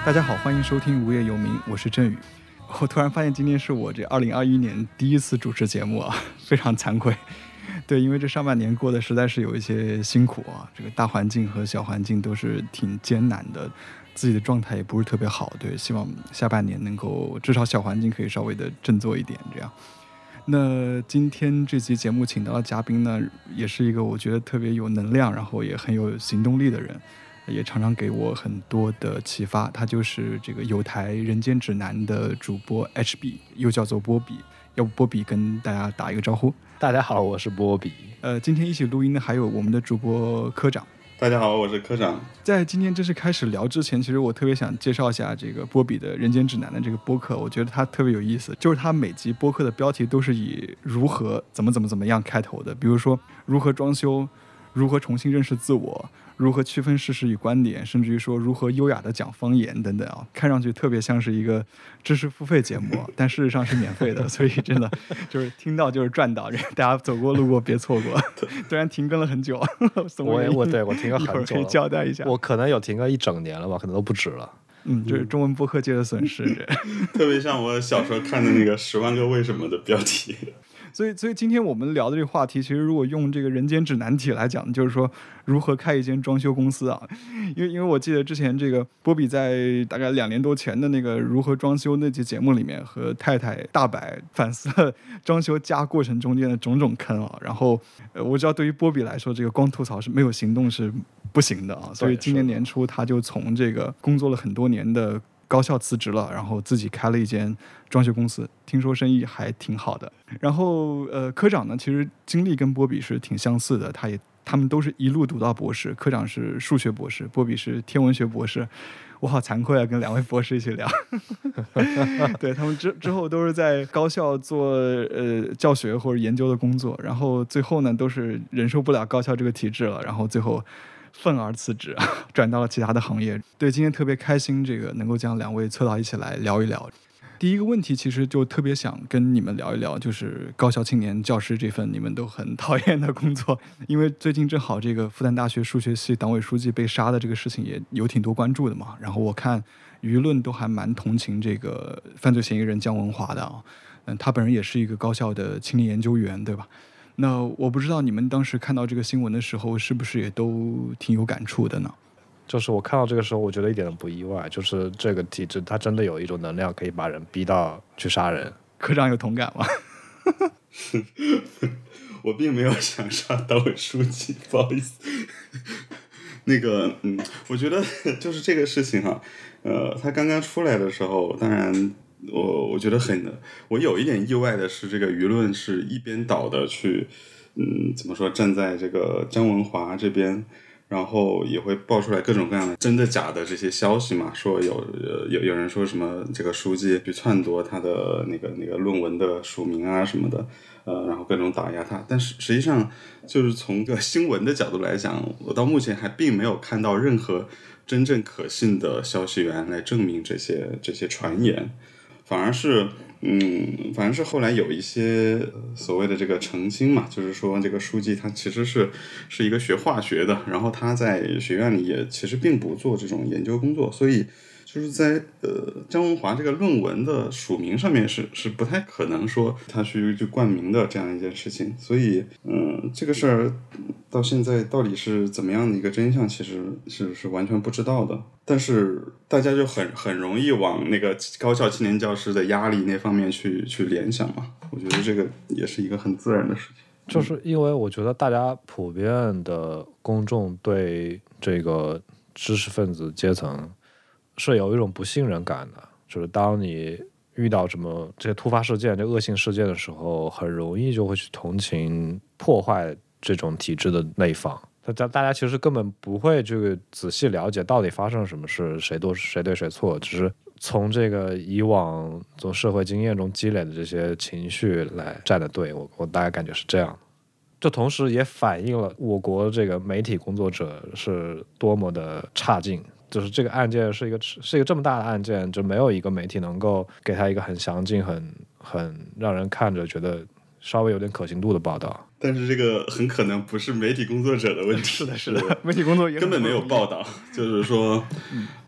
大家好，欢迎收听无业游民，我是振宇。我突然发现今天是我这2021年第一次主持节目啊，非常惭愧。对，因为这上半年过得实在是有一些辛苦啊，这个大环境和小环境都是挺艰难的，自己的状态也不是特别好。对，希望下半年能够至少小环境可以稍微的振作一点这样。那今天这期节目请到的嘉宾呢，也是一个我觉得特别有能量，然后也很有行动力的人，也常常给我很多的启发。他就是这个有台人间指南的主播 HB， 又叫做波比。要不波比跟大家打一个招呼？ 大家好，我是波比。 今天一起录音的还有我们的主播科长。 大家好，我是科长。 在今天正式开始聊之前，其实我特别想介绍一下这个波比的人间指南的这个播客。我觉得它特别有意思，就是它每集播客的标题都是以如何怎么样开头的，比如说如何装修，如何重新认识自我，如何区分事实与观点，甚至于说如何优雅的讲方言等等啊，看上去特别像是一个知识付费节目，但事实上是免费的，所以真的就是听到就是赚到，大家走过路过别错过。虽然停更了很久， 我停了很久了， 可以交代一下， 我可能有停个1整年了吧，可能都不止了。 这是中文播客界的损失。 特别像我小时候看的那个《10万个为什么》的标题。 所以今天我们聊的这个话题，其实如果用这个人间指南体来讲，就是说如何开一间装修公司啊。因为我记得之前这个波比在大概2年多前的那个如何装修那期节目里面，和太太大白反思了装修家过程中间的种种坑啊。然后我知道对于波比来说，这个光吐槽是没有行动是不行的啊。所以今年年初他就从这个工作了很多年的高校辞职了，然后自己开了一间装修公司，听说生意还挺好的。然后科长呢，其实经历跟波比是挺相似的，他们都是一路读到博士，科长是数学博士，波比是天文学博士。我好惭愧啊，跟2位博士一起聊。对，他们之后都是在高校做教学或者研究的工作，然后最后呢都是忍受不了高校这个体制了，然后最后愤而辞职，转到了其他的行业。对，今天特别开心，这个能够将2位凑到一起来聊一聊。第一个问题其实就特别想跟你们聊一聊，就是高校青年教师这份你们都很讨厌的工作。因为最近正好这个复旦大学数学系党委书记被杀的这个事情也有挺多关注的嘛，然后我看舆论都还蛮同情这个犯罪嫌疑人姜文华的啊。他本人也是一个高校的青年研究员，对吧？那我不知道你们当时看到这个新闻的时候是不是也都挺有感触的呢？ 就是我看到这个时候，我觉得一点都不意外，就是这个体制它真的有一种能量可以把人逼到去杀人。 科长有同感吗？ 我并没有想杀党委书记，不好意思。那个我觉得就是这个事情哈，他刚刚出来的时候，当然我觉得我有一点意外的是，这个舆论是一边倒的去怎么说，站在这个姜文华这边。然后也会爆出来各种各样的真的假的这些消息嘛，说有人说什么这个书记去篡夺他的那个论文的署名啊什么的，然后各种打压他。但是实际上就是从个新闻的角度来讲，我到目前还并没有看到任何真正可信的消息源来证明这些传言，反而是后来有一些所谓的这个澄清嘛，就是说这个书记他其实是一个学化学的，然后他在学院里也其实并不做这种研究工作，所以就是在姜文华这个论文的署名上面是不太可能说他去冠名的这样一件事情，所以这个事儿到现在到底是怎么样的一个真相，其实是完全不知道的。但是大家就很容易往那个高校青年教师的压力那方面去联想嘛，我觉得这个也是一个很自然的事情。 就是因为我觉得大家普遍的公众对这个知识分子阶层是有一种不信任感的，就是当你遇到什么这些突发事件、这恶性事件的时候，很容易就会去同情破坏这种体制的那一方。大家其实根本不会这个仔细了解到底发生什么事，谁对谁错，只是从这个以往从社会经验中积累的这些情绪来站的队。我大概感觉是这样。这同时也反映了我国这个媒体工作者是多么的差劲。就是这个案件是一个这么大的案件，就没有一个媒体能够给他一个很详尽、很让人看着觉得稍微有点可信度的报道。 但是这个很可能不是媒体工作者的问题， 是的，媒体工作也根本没有报道，就是说，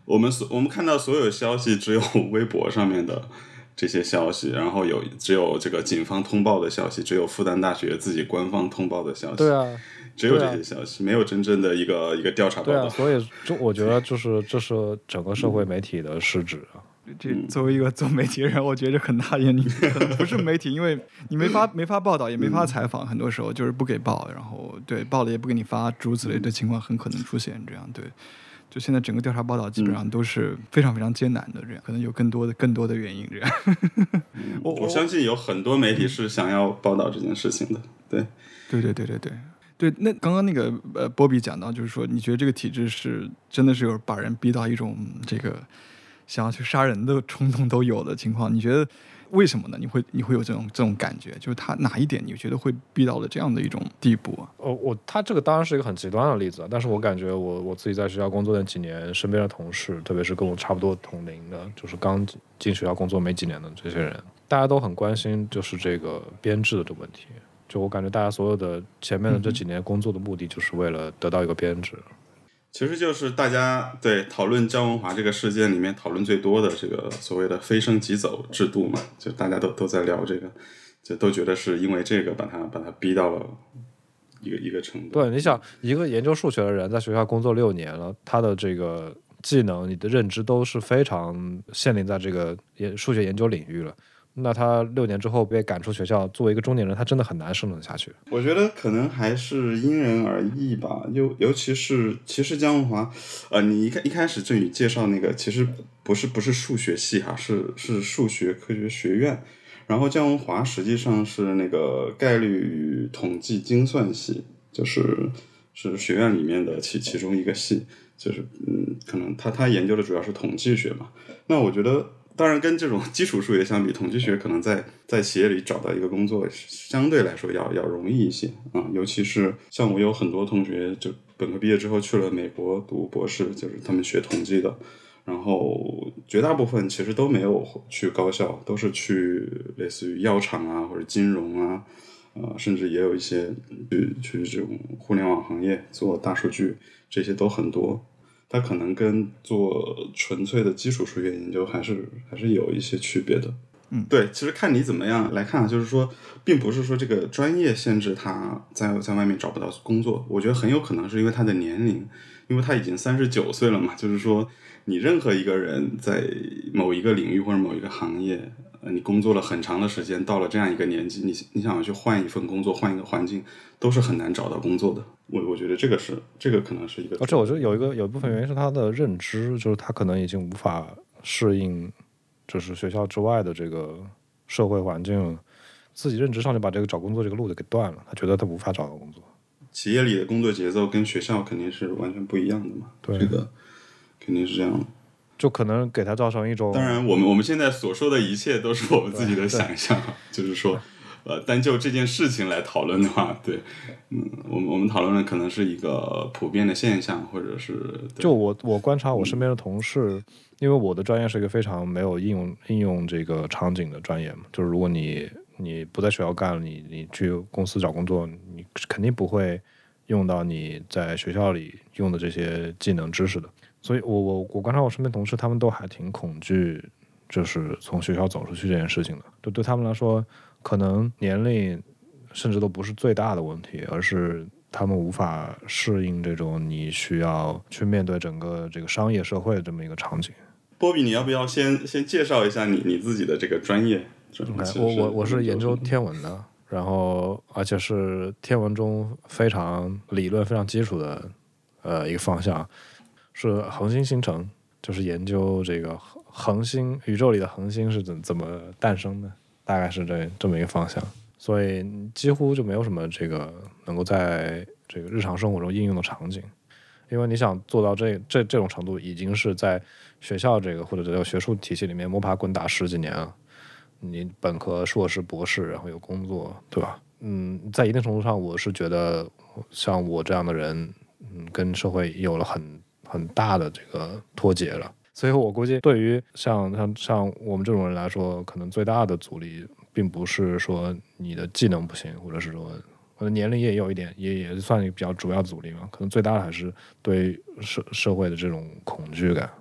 我们看到所有消息只有微博上面的这些消息，然后只有这个警方通报的消息，只有复旦大学自己官方通报的消息。 对啊， 只有这些消息，没有真正的一个调查报道。 对啊，所以我觉得这是整个社会媒体的失职啊。 这作为一个做媒体的人，我觉得很大原因可能不是媒体，因为你没法报道，也没法采访，很多时候就是不给报，然后对报了也不给你发，诸如此类的情况很可能出现。这样对，就现在整个调查报道基本上都是非常非常艰难的，这样可能有更多的原因。这样， 我相信有很多媒体是想要报道这件事情的。对， 对，那刚刚那个波比讲到，就是说你觉得这个体制是真的是有把人逼到一种这个想要去杀人的冲动都有的情况，你觉得为什么呢？你会有这种感觉，就是他哪一点你觉得会逼到了这样的一种地步啊？ 他这个当然是一个很极端的例子，但是我感觉我自己在学校工作那几年，身边的同事，特别是跟我差不多同龄的，就是刚进学校工作没几年的这些人，大家都很关心就是这个编制的这个问题。就我感觉大家所有的前面的这几年工作的目的，就是为了得到一个编制。 其实就是大家对讨论姜文华这个事件里面讨论最多的这个所谓的非升即走制度嘛，就大家都在聊这个，就都觉得是因为这个把他逼到了一个程度。 对，你想一个研究数学的人在学校工作6年了，他的这个技能、你的认知都是非常限定在这个数学研究领域了。那他6年之后被赶出学校，作为一个中年人，他真的很难生存下去。 我觉得可能还是因人而异吧，尤其是姜文华，你一开始郑宇介绍那个，其实不是数学系哈，是数学科学学院，然后姜文华实际上是那个概率与统计精算系，是学院里面的其中一个系，就是可能他研究的主要是统计学嘛，那我觉得。当然，跟这种基础数学相比，统计学可能在企业里找到一个工作，相对来说要容易一些啊。尤其是像我有很多同学，就本科毕业之后去了美国读博士，就是他们学统计的，然后绝大部分其实都没有去高校，都是去类似于药厂啊或者金融啊，甚至也有一些去这种互联网行业做大数据，这些都很多。它可能跟做纯粹的基础数学研究还是有一些区别的。对，其实看你怎么样来看，就是说，并不是说这个专业限制他在外面找不到工作，我觉得很有可能是因为他的年龄，因为他已经39岁了嘛，就是说，你任何一个人在某一个领域或者某一个行业，你工作了很长的时间，到了这样一个年纪，你想要去换一份工作，换一个环境，都是很难找到工作的。我觉得这个可能是一个， 而且我觉得有一部分原因是他的认知，就是他可能已经无法适应，就是学校之外的这个社会环境，自己认知上就把这个找工作这个路给断了，他觉得他无法找到工作。 企业里的工作节奏跟学校肯定是完全不一样的嘛， 对， 这个肯定是这样的。 就可能给他造成一种， 当然我们现在所说的一切都是我们自己的想象，就是说。单就这件事情来讨论的话，对，我们讨论的可能是一个普遍的现象，或者是就我观察我身边的同事，因为我的专业是一个非常没有应用这个场景的专业嘛，就是如果你不在学校干了，你去公司找工作，你肯定不会用到你在学校里用的这些技能知识的，所以我观察我身边同事，他们都还挺恐惧，就是从学校走出去这件事情的，对他们来说。可能年龄甚至都不是最大的问题，而是他们无法适应这种你需要去面对整个这个商业社会的这么一个场景。 波比，你要不要先介绍一下你自己的这个专业？ 我是研究天文的，然后而且是天文中非常理论、非常基础的一个方向，是恒星形成，就是研究这个恒星宇宙里的恒星是怎么诞生的。大概是这么一个方向，所以几乎就没有什么这个能够在这个日常生活中应用的场景，因为你想做到这种程度，已经是在学校这个或者这个学术体系里面摸爬滚打10几年了。你本科、硕士、博士，然后有工作，对吧？在一定程度上，我是觉得像我这样的人，跟社会有了很大的这个脱节了。所以我估计，对于像我们这种人来说，可能最大的阻力，并不是说你的技能不行，或者是说我的年龄也有一点，也算一个比较主要的阻力嘛。可能最大的还是对社会的这种恐惧感。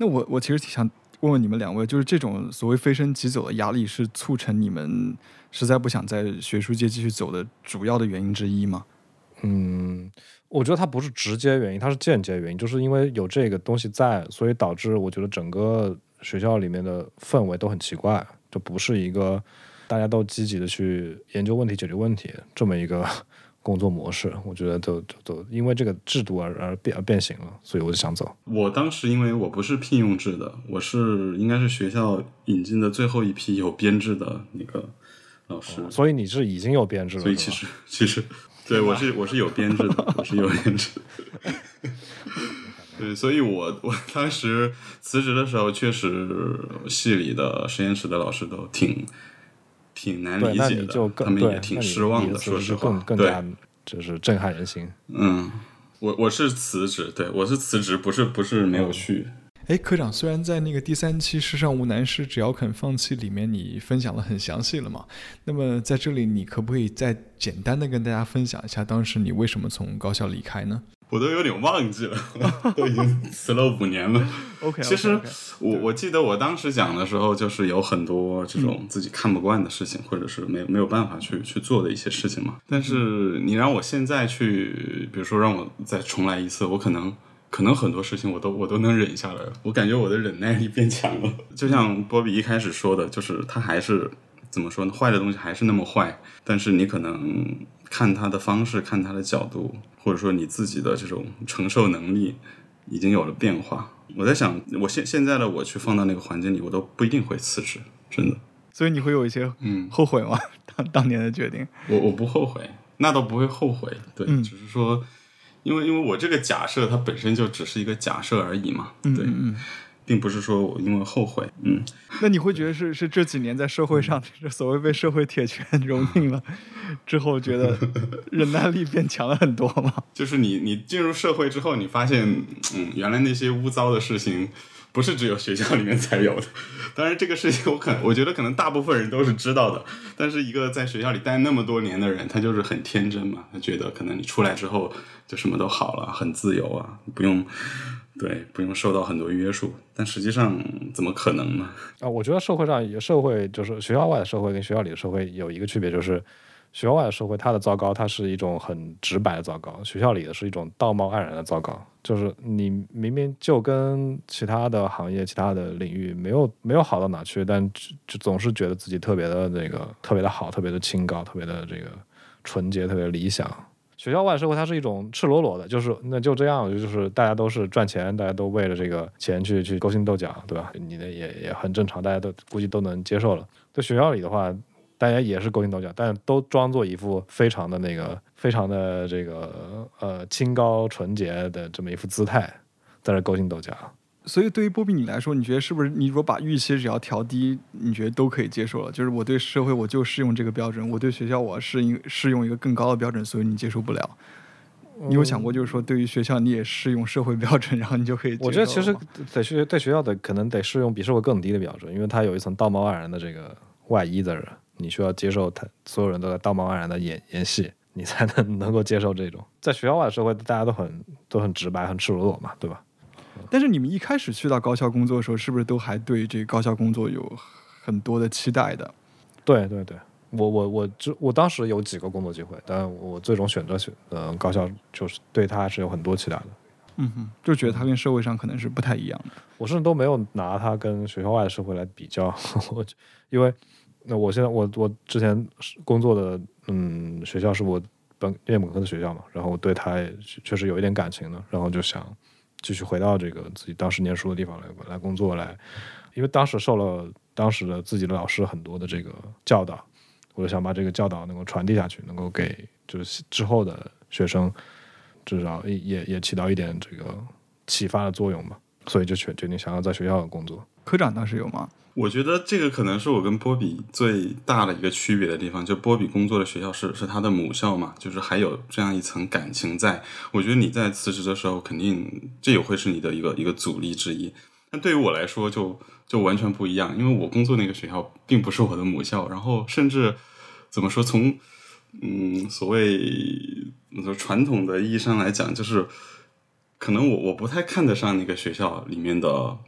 那我其实想问问你们两位，就是这种所谓飞升即走的压力，是促成你们实在不想在学术界继续走的主要的原因之一吗？ 我觉得它不是直接原因，它是间接原因，就是因为有这个东西在，所以导致我觉得整个学校里面的氛围都很奇怪，就不是一个大家都积极的去研究问题、解决问题这么一个工作模式。我觉得都因为这个制度而变形了，所以我就想走。 我当时因为我不是聘用制的，我是应该是学校引进的最后一批有编制的那个老师， 所以你是已经有编制了， 所以其实对我是有编制的，我是有编制的。对，所以我当时辞职的时候，确实系里的实验室的老师都挺难理解的，他们也挺失望的，说实话， 更加就是震撼人心。 我是辞职，对，我是辞职，不是没有续。 科长，虽然在那个第3期世上无难事，只要肯放弃里面你分享了很详细了嘛，那么在这里你可不可以再简单的跟大家分享一下当时你为什么从高校离开呢？ 我都有点忘记了，都已经辞了5年了。其实我记得我当时讲的时候，就是有很多这种自己看不惯的事情，或者是没有办法去做的一些事情嘛。但是你让我现在去，比如说让我再重来一次，我可能很多事情我都能忍下来了。我感觉我的忍耐力变强了。就像波比一开始说的，就是他还是怎么说呢？坏的东西还是那么坏，但是你可能看他的方式，看他的角度，或者说你自己的这种承受能力已经有了变化。我在想，我现在的我去放到那个环境里，我都不一定会辞职，真的。 所以你会有一些后悔吗？当年的决定？ 我不后悔，那都不会后悔。对，只是说，因为我这个假设它本身就只是一个假设而已嘛。对。并不是说我因为后悔。 那你会觉得是这几年在社会上所谓被社会铁拳蹂躏了之后，觉得忍耐力变强了很多吗？ 就是你进入社会之后，你发现原来那些污糟的事情不是只有学校里面才有的。当然这个事情我觉得可能大部分人都是知道的，但是一个在学校里待那么多年的人，他就是很天真嘛，他觉得可能你出来之后就什么都好了，很自由啊，不用受到很多约束。但实际上怎么可能呢？ 我觉得社会就是学校外的社会跟学校里的社会有一个区别，就是学校外的社会它的糟糕，它是一种很直白的糟糕，学校里的是一种道貌岸然的糟糕。就是你明明就跟其他的行业其他的领域没有好到哪去，但就总是觉得自己特别的特别的好，特别的清高，特别的这个纯洁，特别理想。学校外社会它是一种赤裸裸的，就是那就这样，就是大家都是赚钱，大家都为了这个钱去勾心斗角，对吧？你的也很正常，大家都估计都能接受了。在学校里的话，大家也是勾心斗角，但都装作一副非常的这个清高纯洁的这么一副姿态，在这勾心斗角。 所以对于波比你来说，你觉得是不是你如果把预期只要调低，你觉得都可以接受了？就是我对社会我就适用这个标准，我对学校我适用一个更高的标准，所以你接受不了。你有想过就是说对于学校你也适用社会标准，然后你就可以接受？ 我觉得其实对学校的可能得适用比社会更低的标准，因为它有一层道貌岸然的这个外衣在这儿，你需要接受他所有人都在道貌岸然的演戏，你才能够接受这种。在学校外的社会，大家都很直白，很赤裸裸嘛，对吧？ 但是你们一开始去到高校工作的时候，是不是都还对这个高校工作有很多的期待的？ 对，我当时有几个工作机会，但我最终选择高校，就是对它是有很多期待的。 就觉得它跟社会上可能是不太一样的。 我甚至都没有拿它跟学校外的社会来比较，因为我现在我之前工作的学校是我念本科的学校嘛，然后我对它确实有一点感情的，然后就想继续回到这个自己当时念书的地方来工作来，因为当时受了当时的自己的老师很多的这个教导，我就想把这个教导能够传递下去，能够给就是之后的学生至少也起到一点这个启发的作用吧，所以就决定想要在学校工作。 科长当时有吗？ 我觉得这个可能是我跟波比最大的一个区别的地方，就波比工作的学校是他的母校嘛，就是还有这样一层感情在。我觉得你在辞职的时候，肯定这也会是你的一个阻力之一。但对于我来说就完全不一样，因为我工作那个学校并不是我的母校，然后甚至怎么说，从所谓传统的意义上来讲，就是可能我不太看得上那个学校里面的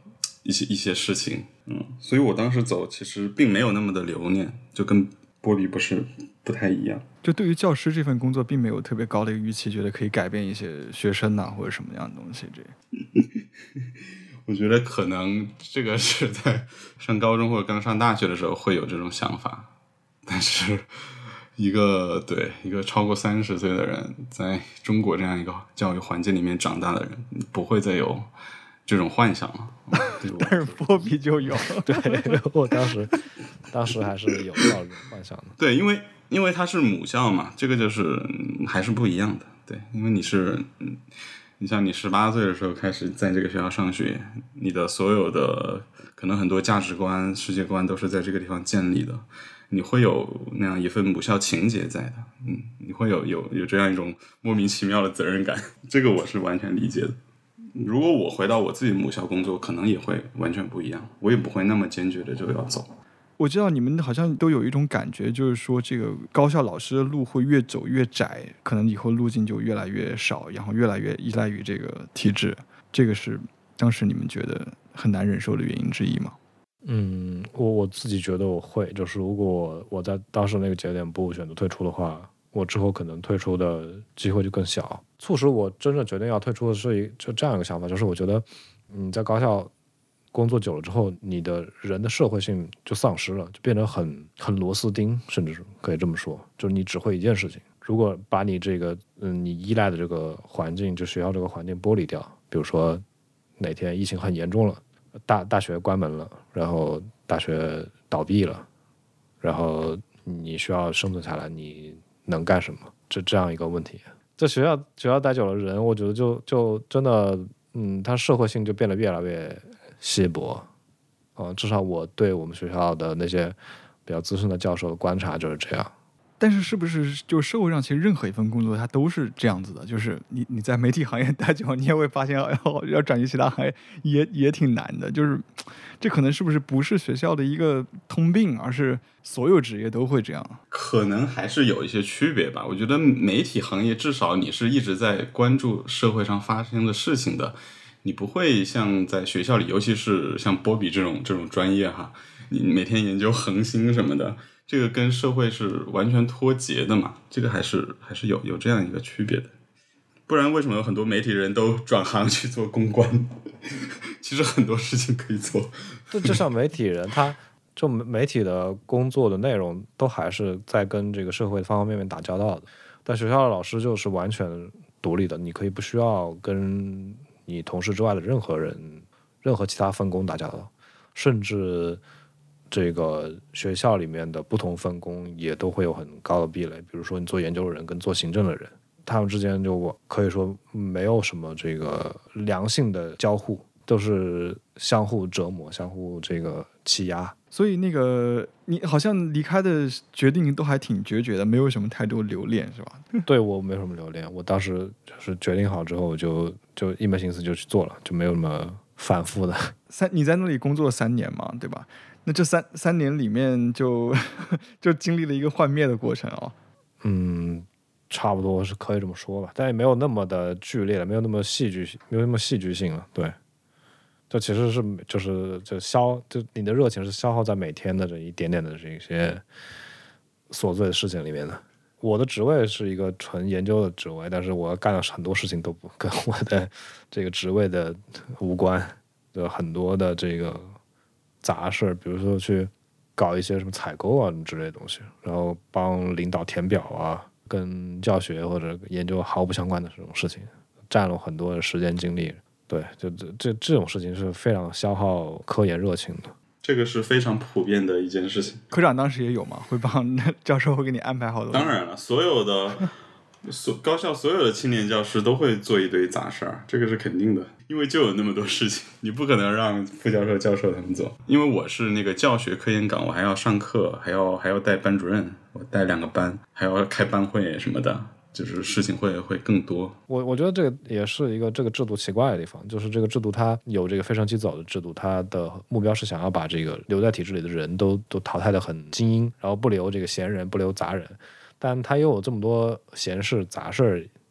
一些事情，所以我当时走其实并没有那么的留恋，就跟波比不太一样。 就对于教师这份工作，并没有特别高的一个预期，觉得可以改变一些学生或者什么样的东西。 我觉得可能这个是在上高中或者刚上大学的时候会有这种想法，但是一个超过30岁的人，在中国这样一个教育环境里面长大的人，不会再有这种幻想了。 但是波比就有， 对，我当时还是有这种幻想的。 对，因为他是母校嘛，这个就是还是不一样的。对，因为你像你18岁的时候开始在这个学校上学，你的所有的可能很多价值观、世界观都是在这个地方建立的，你会有那样一份母校情结在的，你会有这样一种莫名其妙的责任感，这个我是完全理解的。如果我回到我自己母校工作，可能也会完全不一样，我也不会那么坚决的就要走。 我知道你们好像都有一种感觉，就是说这个高校老师的路会越走越窄，可能以后路径就越来越少，然后越来越依赖于这个体制。这个是当时你们觉得很难忍受的原因之一吗？ 我自己觉得我会，就是如果我在当时那个节点不选择退出的话，我之后可能退出的机会就更小。促使我真正决定要退出的是就这样一个想法，就是我觉得你在高校工作久了之后，你的人的社会性就丧失了，就变得很螺丝钉，甚至是可以这么说，就是你只会一件事情。如果把你这个你依赖的这个环境，就学校这个环境剥离掉，比如说哪天疫情很严重了，大学关门了，然后大学倒闭了，然后你需要生存下来，你能干什么？这样一个问题。在学校待久了人，我觉得就真的他社会性就变得越来越稀薄。至少我对我们学校的那些比较资深的教授的观察就是这样。 但是是不是就社会上其实任何一份工作它都是这样子的，就是你在媒体行业待久，你也会发现要转移其他行业也挺难的，就是这可能是不是学校的一个通病，而是所有职业都会这样。 可能还是有一些区别吧。我觉得媒体行业至少你是一直在关注社会上发生的事情的，你不会像在学校里，尤其是像波比这种专业哈，你每天研究恒星什么的，这个跟社会是完全脱节的嘛，这个还是有这样一个区别的。不然为什么有很多媒体人都转行去做公关？其实很多事情可以做。 就像媒体人，他就媒体的工作的内容都还是在跟这个社会方方面面打交道的。但学校的老师就是完全独立的，你可以不需要跟你同事之外的任何人、任何其他分工打交道，甚至这个学校里面的不同分工也都会有很高的壁垒。比如说你做研究的人跟做行政的人，他们之间就可以说没有什么这个良性的交互，都是相互折磨、相互这个欺压。 所以那个你好像离开的决定都还挺决绝的，没有什么太多留恋，是吧？ 对，我没什么留恋，我当时就是决定好之后，我就一门心思就去做了，就没有什么反复的。 你在那里工作了3年嘛，对吧？那这三年里面就经历了一个幻灭的过程哦。 差不多是可以这么说吧，但也没有那么的剧烈了，没有那么戏剧性了。对，这其实是就你的热情是消耗在每天的这一点点的这些琐碎的事情里面的。我的职位是一个纯研究的职位，但是我要干的很多事情都不跟我的这个职位的无关，就很多的这个杂事，比如说去搞一些什么采购啊之类的东西，然后帮领导填表啊，跟教学或者研究毫不相关的这种事情，占了很多的时间精力。对，就这种事情是非常消耗科研热情的。 这个是非常普遍的一件事情。 科长当时也有吗？会帮教授会给你安排好多？ 当然了，所有的高校所有的青年教师都会做一堆杂事儿，这个是肯定的，因为就有那么多事情，你不可能让副教授、教授他们做。因为我是那个教学科研岗，我还要上课，还要带班主任，我带2个班，还要开班会什么的，就是事情会更多。 我觉得这个也是一个这个制度奇怪的地方，就是这个制度它有这个飞升即走的制度，它的目标是想要把这个留在体制里的人都淘汰的很精英，然后不留这个闲人，不留杂人。但他又有这么多闲事杂事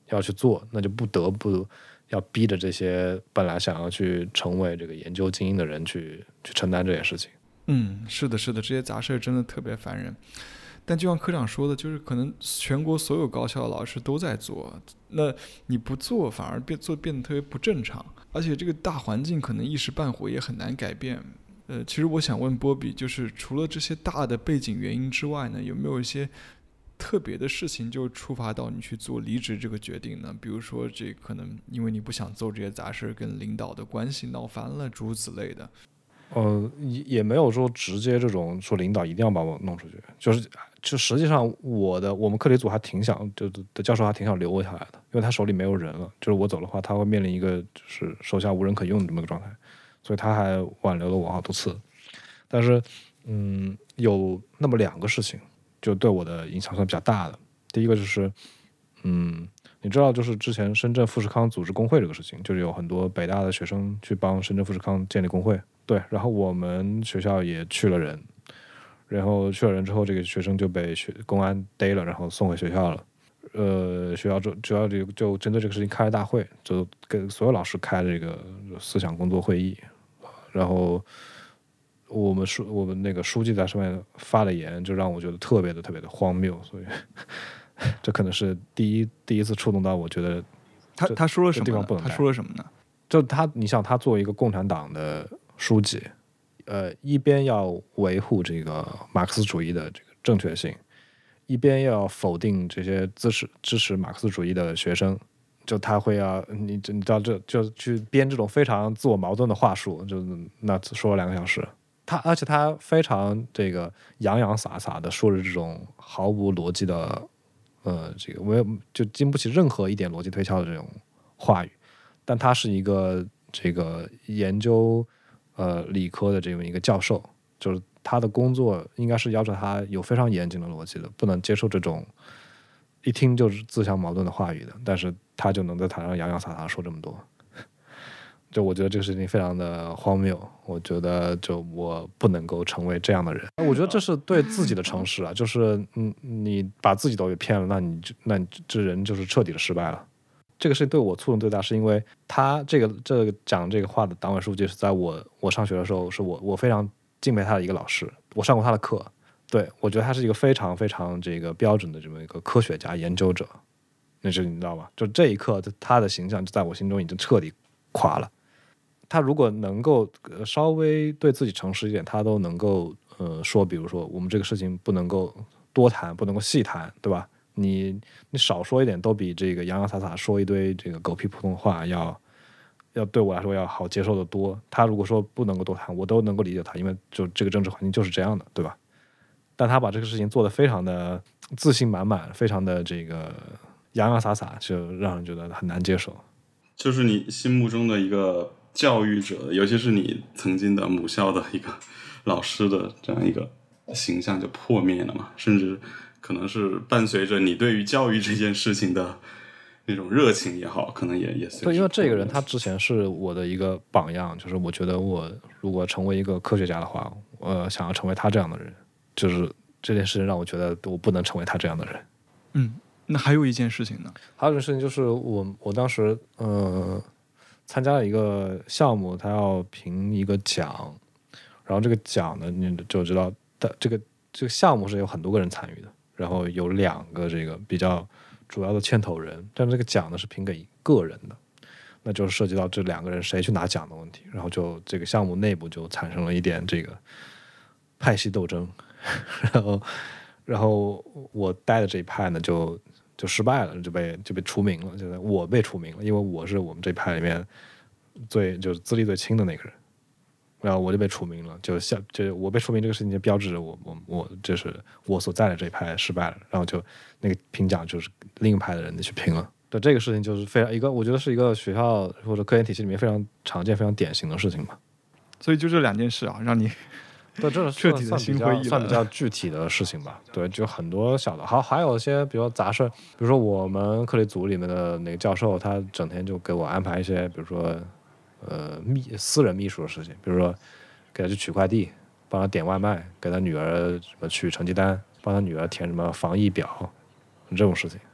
要去做，那就不得不要逼着这些本来想要去成为这个研究精英的人去承担这件事情。 是的，是的，这些杂事真的特别烦人。但就像科长说的，就是可能全国所有高校的老师都在做，那你不做反而变得特别不正常，而且这个大环境可能一时半会也很难改变。其实我想问波比，就是除了这些大的背景原因之外呢，有没有一些特别的事情就触发到你去做离职这个决定呢？比如说这可能因为你不想做这些杂事，跟领导的关系闹翻了，诸如此类的。 也没有说直接这种说领导一定要把我弄出去，就实际上我们课题组还挺想的教授还挺想留我下来的，因为他手里没有人了，就是我走的话他会面临一个就是手下无人可用的这么个状态，所以他还挽留了我好多次。但是有那么2个事情就对我的影响算比较大的。第一个就是你知道就是之前深圳富士康组织工会这个事情，就是有很多北大的学生去帮深圳富士康建立工会，对，然后我们学校也去了人，然后去了人之后，这个学生就被公安逮了，然后送回学校了。学校主要就针对这个事情开了大会，就跟所有老师开了这个思想工作会议，然后我们那个书记在上面发了言，就让我觉得特别的荒谬，所以这可能是第一次触动到我觉得他说了什么呢？ 这地方不能待。 他说了什么呢？ 就你想他作为一个共产党的书记，一边要维护这个马克思主义的这个正确性，一边又要否定这些支持马克思主义的学生，就他会你知道就去编这种非常自我矛盾的话术，就那说了2个小时。而且他非常这个洋洋洒洒的说着这种毫无逻辑的这个我也就经不起任何一点逻辑推敲的这种话语，但他是一个这个研究理科的这么一个教授，就是他的工作应该是要求他有非常严谨的逻辑的，不能接受这种一听就是自相矛盾的话语的，但是他就能在台上洋洋洒洒说这么多，就我觉得这个事情非常的荒谬，我觉得就我不能够成为这样的人。我觉得这是对自己的诚实啊，就是你把自己都给骗了，那你这人就是彻底的失败了。这个事情对我触动最大，是因为他这个讲这个话的党委书记是在我上学的时候，是我非常敬佩他的一个老师，我上过他的课，对，我觉得他是一个非常非常这个标准的这么一个科学家研究者，那是你知道吧？就这一刻，他的形象就在我心中已经彻底垮了。他如果能够稍微对自己诚实一点，他都能够说，比如说我们这个事情不能够多谈，不能够细谈，对吧？你少说一点，都比这个洋洋洒洒说一堆这个狗屁普通话要对我来说要好接受的多。他如果说不能够多谈，我都能够理解他，因为就这个政治环境就是这样的，对吧？但他把这个事情做得非常的自信满满，非常的这个洋洋洒洒，就让人觉得很难接受。 就是你心目中的一个教育者，尤其是你曾经的母校的一个老师的这样一个形象就破灭了嘛，甚至可能是伴随着你对于教育这件事情的那种热情也好，可能也对，因为这个人他之前是我的一个榜样，就是我觉得我如果成为一个科学家的话，想要成为他这样的人，就是这件事情让我觉得我不能成为他这样的人。 那还有一件事情呢？ 还有一件事情就是我当时参加了一个项目，他要评一个奖，然后这个奖呢，你就知道这个项目是有很多个人参与的，然后有2个这个比较主要的牵头人，但这个奖呢是评给个人的，那就涉及到这2个人谁去拿奖的问题，然后就这个项目内部就产生了一点这个派系斗争，然后我带的这一派呢就失败了，就被除名了，就是我被除名了，因为我是我们这一派里面就是资历最轻的那个人，然后我就被除名了，就我被除名这个事情就标志着我就是我所在的这一派失败了，然后就那个评奖就是另一派的人去评了。对，这个事情就是非常我觉得是一个学校或者科研体系里面非常常见、非常典型的事情吧。 所以就这2件事啊，让你对，这彻底的心灰意冷， 算比较具体的事情吧。对，就很多小的，还有一些比如说杂事，比如说我们课题组里面的那个教授，他整天就给我安排一些，比如说私人秘书的事情，比如说给他去取快递，帮他点外卖，给他女儿什么取成绩单，帮他女儿填什么防疫表，这种事情。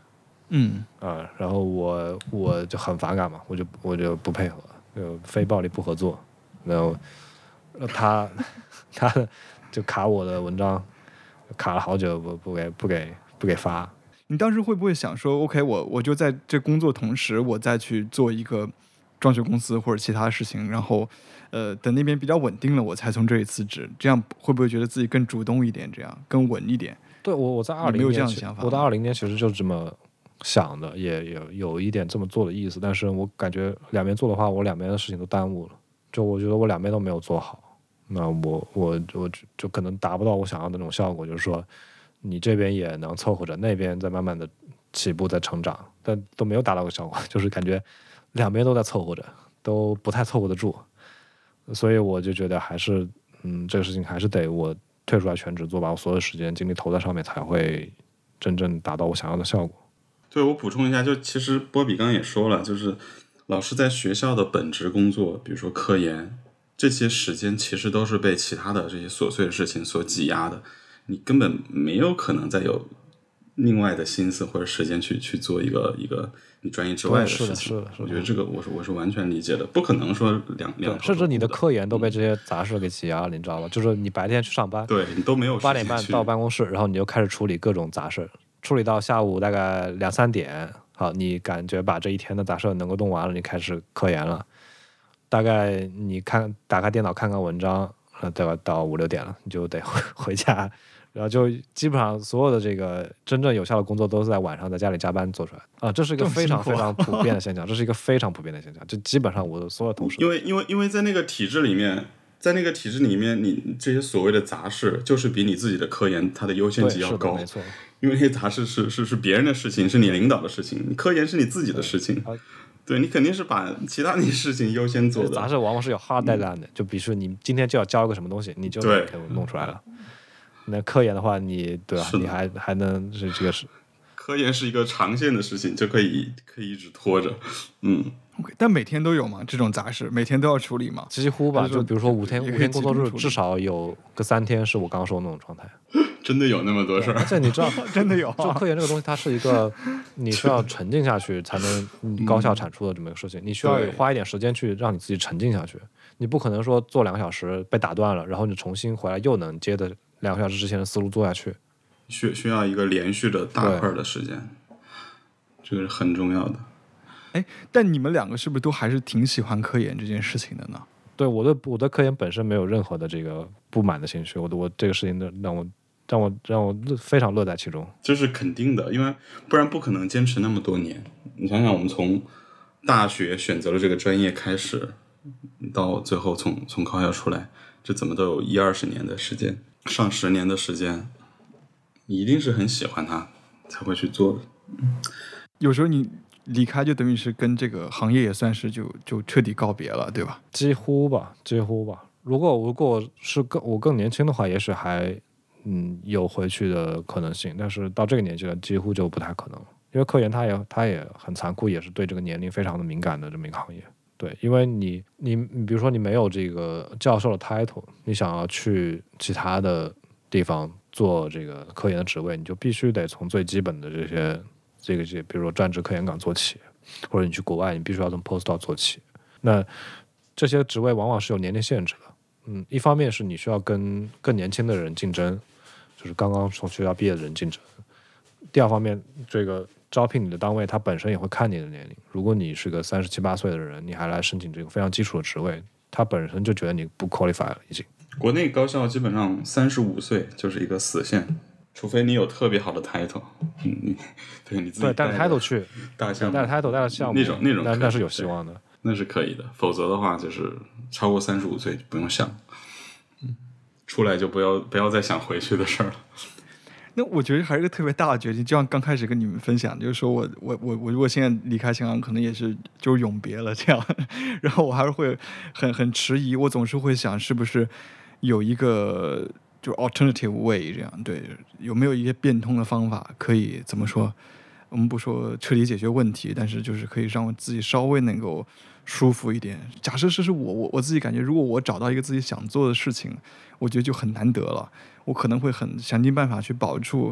然后我就很反感嘛，我就不配合，就非暴力不合作，然后他就卡我的文章，卡了好久，不给发。 你当时会不会想说 ，OK， 我就在这工作同时，我再去做一个装修公司或者其他事情，然后等那边比较稳定了，我才从这里辞职，这样会不会觉得自己更主动一点，这样更稳一点？ 对，我在20年， 没有这样的想法。 我在20年其实就这么想的，也有一点这么做的意思，但是我感觉两边做的话，我两边的事情都耽误了，就我觉得我两边都没有做好，那我就可能达不到我想要的那种效果，就是说你这边也能凑合着，那边在慢慢的起步在成长，但都没有达到个效果，就是感觉两边都在凑合着，都不太凑合得住，所以我就觉得还是这个事情还是得我退出来全职做，把我所有时间精力投在上面，才会真正达到我想要的效果。 对，我补充一下，就其实波比刚刚也说了，就是老师在学校的本职工作，比如说科研，这些时间其实都是被其他的这些琐碎的事情所挤压的，你根本没有可能再有另外的心思或者时间去做一个你专业之外的事情。 是的， 我觉得这个我是完全理解的，不可能说两甚至你的科研都被这些杂事给挤压了，你知道吗？就是你白天去上班， 对你都没有 8点半到办公室，然后你就开始处理各种杂事，处理到下午大概2、3点，好，你感觉把这一天的杂事能够弄完了，你开始科研了。大概你打开电脑看看文章，到5、6点了，你就得回家。然后就基本上所有的这个真正有效的工作都是在晚上在家里加班做出来的啊，这是一个非常非常普遍的现象，这是一个非常普遍的现象，就基本上我的所有同事， 因为在那个体制里面，你这些所谓的杂事，就是比你自己的科研它的优先级要高， 没错， 因为那些杂事是别人的事情，是你领导的事情，你科研是你自己的事情。对，你肯定是把其他那些事情优先做的。 杂事往往是有 hard deadline 的，就比如说你今天就要交一个什么东西，你就得给我弄出来了。那科研的话，对吧？你还能是这个是科研是一个长线的事情，就可以一直拖着。 Okay, 但每天都有吗？这种杂事每天都要处理吗？ 几乎吧，就比如说5天工作日，至少有个3天是我刚说的那种状态。 真的有那么多事儿？ 而且你知道， 真的有。 就科研这个东西，它是一个你需要沉浸下去才能高效产出的这么一个事情。你需要花一点时间去让你自己沉浸下去。你不可能说做2个小时被打断了，然后你重新回来又能接着2个小时之前的思路做下去。 需要一个连续的大块的时间，这个是很重要的。 哎，但你们2个是不是都还是挺喜欢科研这件事情的呢？ 对，我对科研本身没有任何的这个不满的情绪，我这个事情的让我非常乐在其中。 这是肯定的，因为不然不可能坚持那么多年。你想想，我们从大学选择了这个专业开始，到最后从高校出来，这怎么都有10-20年的时间，上10年的时间，你一定是很喜欢它才会去做的。 有时候你离开就等于是跟这个行业也算是就彻底告别了，对吧？ 几乎吧。如果我更年轻的话，也许还有回去的可能性，但是到这个年纪了，几乎就不太可能了。因为科研它也很残酷，也是对这个年龄非常的敏感的这么一个行业。对，因为你比如说你没有这个教授的 title， 你想要去其他的地方做这个科研的职位，你就必须得从最基本的这个比如说专职科研岗做起，或者你去国外，你必须要从 postdoc 做起。那这些职位往往是有年龄限制的。一方面是你需要跟更年轻的人竞争，就是刚刚从学校毕业的人竞争。第二方面，这个招聘你的单位它本身也会看你的年龄。如果你是个37、38岁的人，你还来申请这个非常基础的职位，他本身就觉得你不 qualify 了已经。 国内高校基本上35岁就是一个死线，除非你有特别好的 title， 对你自己对带着 title 去大项目， 带着 title 带着项目那种那是有希望的， 那是可以的。否则的话，就是超过35岁就不用想，出来就不要再想回去的事儿了。 那我觉得还是个特别大的决定，就像刚开始跟你们分享，就是说我如果现在离开香港，可能也是就是永别了这样，然后我还是会很迟疑，我总是会想是不是有一个就 alternative way 这样，对，有没有一些变通的方法可以怎么说？我们不说彻底解决问题，但是就是可以让我自己稍微能够舒服一点。假设是我自己感觉，如果我找到一个自己想做的事情，我觉得就很难得了。我可能会很想尽办法去保住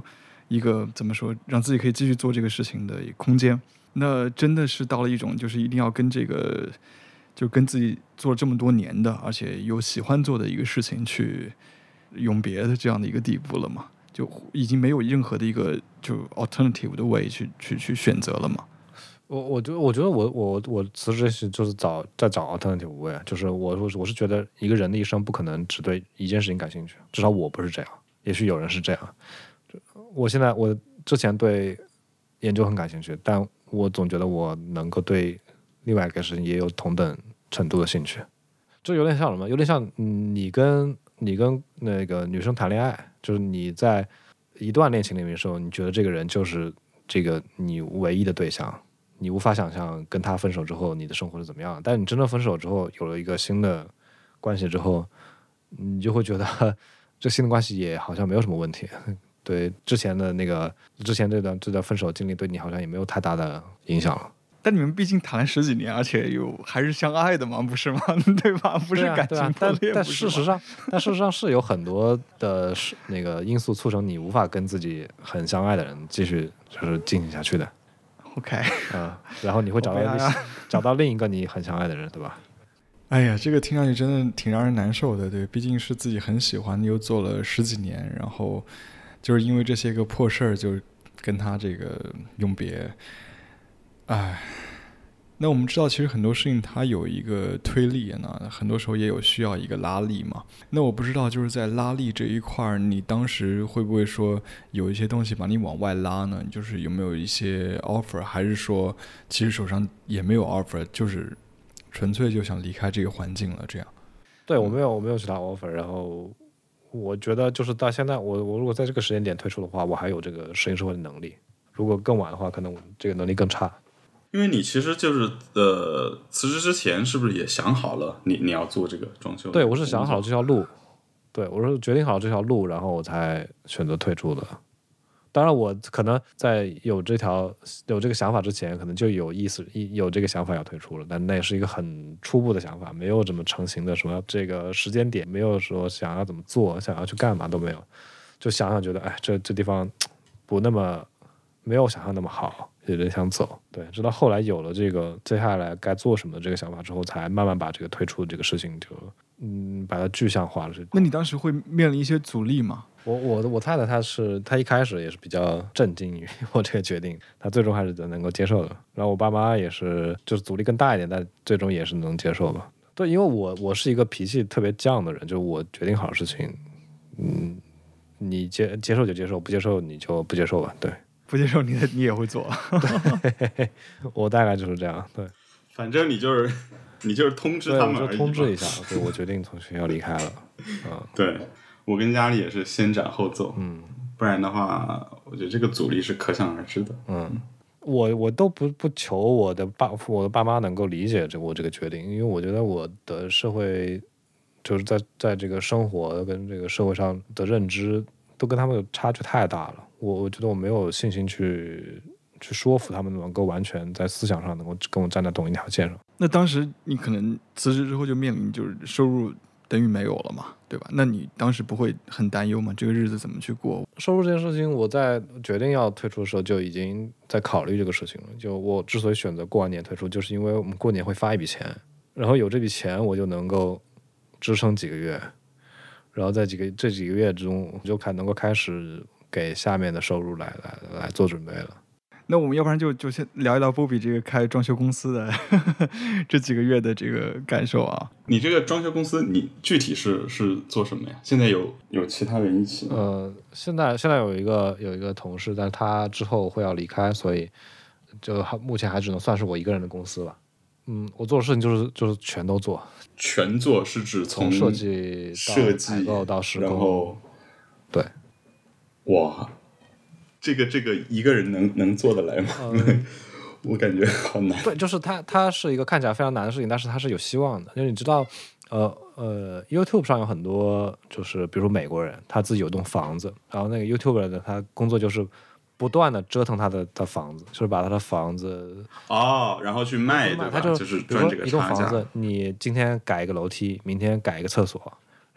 一个怎么说，让自己可以继续做这个事情的空间。那真的是到了一种就是一定要跟这个，就跟自己做了这么多年的，而且又喜欢做的一个事情去永别的这样的一个地步了嘛？就已经没有任何的一个就 alternative 的 way 去选择了嘛？ 我觉得我辞职是就是在找 alternative way，就是我是觉得一个人的一生不可能只对一件事情感兴趣，至少我不是这样，也许有人是这样。我之前对研究很感兴趣，但我总觉得我能够对另外一个事情也有同等程度的兴趣。这有点像什么？有点像你跟那个女生谈恋爱，就是你在一段恋情里面的时候，你觉得这个人就是这个你唯一的对象，你无法想象跟他分手之后你的生活是怎么样的。但你真正分手之后，有了一个新的关系之后，你就会觉得这新的关系也好像没有什么问题。对之前这段分手经历对你好像也没有太大的影响了。 但你们毕竟谈了10几年，而且还是相爱的嘛，不是吗？对吧？不是感情破裂， 但事实上是有很多的那个因素促成你无法跟自己很相爱的人继续就是进行下去的。 OK， 然后你会找到另一个你很相爱的人，对吧？ 哎呀，这个听上去真的挺让人难受的，对，毕竟是自己很喜欢，又做了10几年，然后就是因为这些个破事儿，就跟他这个永别。哎，那我们知道，其实很多事情它有一个推力呢，很多时候也有需要一个拉力嘛。那我不知道，就是在拉力这一块，你当时会不会说有一些东西把你往外拉呢？就是有没有一些 offer， 还是说其实手上也没有 offer， 就是纯粹就想离开这个环境了？这样？ 对，我没有其他 offer，然后我觉得就是到现在，我如果在这个时间点退出的话，我还有这个适应社会的能力。如果更晚的话，可能我这个能力更差。 因为你其实就是辞职之前是不是也想好了你要做这个装修？ 对，我是想好了这条路，对，我是决定好了这条路，然后我才选择退出的。当然，我可能在有这个想法之前，可能就有这个想法要退出了，但那也是一个很初步的想法，没有怎么成型的什么这个时间点，没有说想要怎么做，想要去干嘛都没有，就想想觉得，哎，这地方不那么没有想象那么好。有点想走，对，直到后来有了这个接下来该做什么这个想法之后，才慢慢把这个退出这个事情就把它具象化了。 那你当时会面临一些阻力吗？ 我太太她一开始也是比较震惊于我这个决定，她最终还是能够接受的。然后我爸妈也是，就是阻力更大一点，但最终也是能接受吧。对，因为我是一个脾气特别犟的人，就是我决定好事情，你接受就接受，不接受你就不接受吧，对。 不接受你也会做， 我大概就是这样。对， 反正你就是通知他们而已， 我就通知一下，对，我决定从学校离开了。 对，我跟家里也是先斩后奏，不然的话，我觉得这个阻力是可想而知的。 我都不求我的爸妈能够理解我这个决定，因为我觉得我的社会就是在这个生活跟这个社会上的认知都跟他们有差距太大了。我觉得我没有信心去说服他们能够完全在思想上能够跟我站在同一条线上。 那当时你可能辞职之后就面临就是收入等于没有了嘛，对吧？那你当时不会很担忧吗？这个日子怎么去过？ 收入这件事情，我在决定要退出的时候就已经在考虑这个事情了。就我之所以选择过完年退出，就是因为我们过年会发一笔钱，然后有这笔钱我就能够支撑几个月，然后在这几个月中我就能够开始给下面的收入来做准备了。 那我们要不然就先聊一聊波比这个开装修公司的这几个月的这个感受啊。 你这个装修公司，你具体是做什么呀？现在有其他人一起吗？ 现在有一个同事，但是他之后会要离开，所以就目前还只能算是我一个人的公司吧。我做的事情就是全都做。 全做是指从设计到采购到施工， 然后对。 哇，这个一个人能做得来吗？我感觉好难。 对，就是它是一个看起来非常难的事情，但是它是有希望的。因为你知道，YouTube 上有很多，就是比如说美国人，他自己有栋房子，然后那个 YouTuber 呢，他工作就是不断的折腾他的房子，就是把他的房子然后去卖，对吧？ 他就是赚这个一栋差价。 房子，你今天改一个楼梯，明天改一个厕所。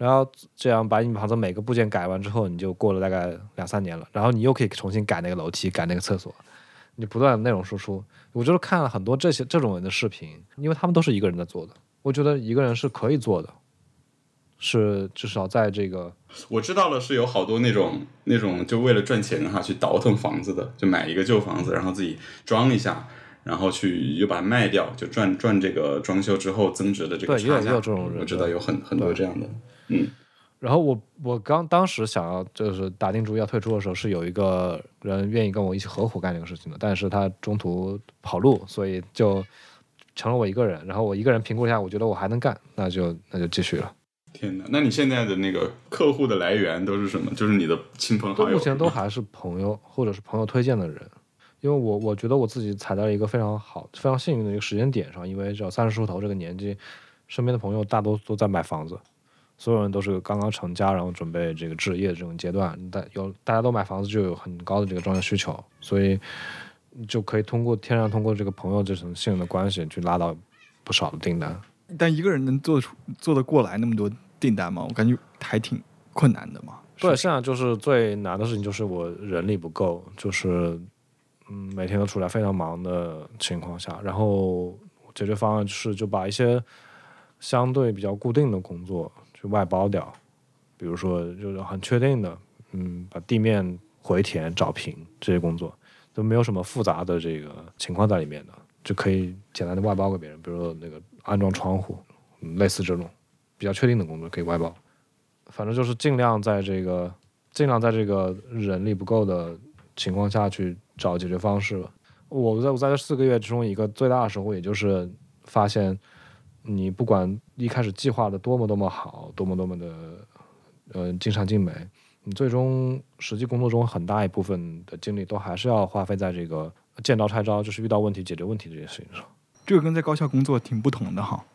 然后这样把你房子每个部件改完之后，你就过了大概2-3年了，然后你又可以重新改那个楼梯，改那个厕所，你不断的内容输出。我就是看了很多这种人的视频，因为他们都是一个人在做的，我觉得一个人是可以做的，是至少在这个我知道了，是有好多那种就为了赚钱哈去倒腾房子的，就买一个旧房子，然后自己装一下，然后去又把它卖掉，就赚这个装修之后增值的这个差价。 对，也有这种人， 我知道有很多这样的， 然后我当时想要就是打定主意要退出的时候，是有一个人愿意跟我一起合伙干这个事情的，但是他中途跑路，所以就成了我一个人。然后我一个人评估一下，我觉得我还能干，那就继续了。 天哪！那你现在的那个客户的来源都是什么？就是你的亲朋好友？ 目前都还是朋友或者是朋友推荐的人，因为我觉得我自己踩在了一个非常好、非常幸运的一个时间点上，因为只要30出头这个年纪，身边的朋友大多都在买房子。所有人都是刚刚成家，然后准备这个置业的这种阶段，大家都买房子，就有很高的这个装修需求，所以就可以通过这个朋友这层信任的关系去拉到不少的订单。 但一个人能做得过来那么多订单吗？我感觉还挺困难的嘛。 对，现在就是最难的事情就是我人力不够，就是每天都处在非常忙的情况下，然后解决方案就把一些相对比较固定的工作去外包掉，比如说就是很确定的，把地面回填、找平这些工作都没有什么复杂的这个情况在里面的，就可以简单的外包给别人，比如说那个安装窗户，类似这种比较确定的工作可以外包。反正就是尽量在这个人力不够的情况下去找解决方式吧。我在这4个月之中，一个最大的收获，也就是发现，你不管一开始计划的多么好，多么的尽善尽美，你最终实际工作中很大一部分的精力都还是要花费在这个见招拆招，就是遇到问题解决问题这件事情上。 这个跟在高校工作挺不同的哈。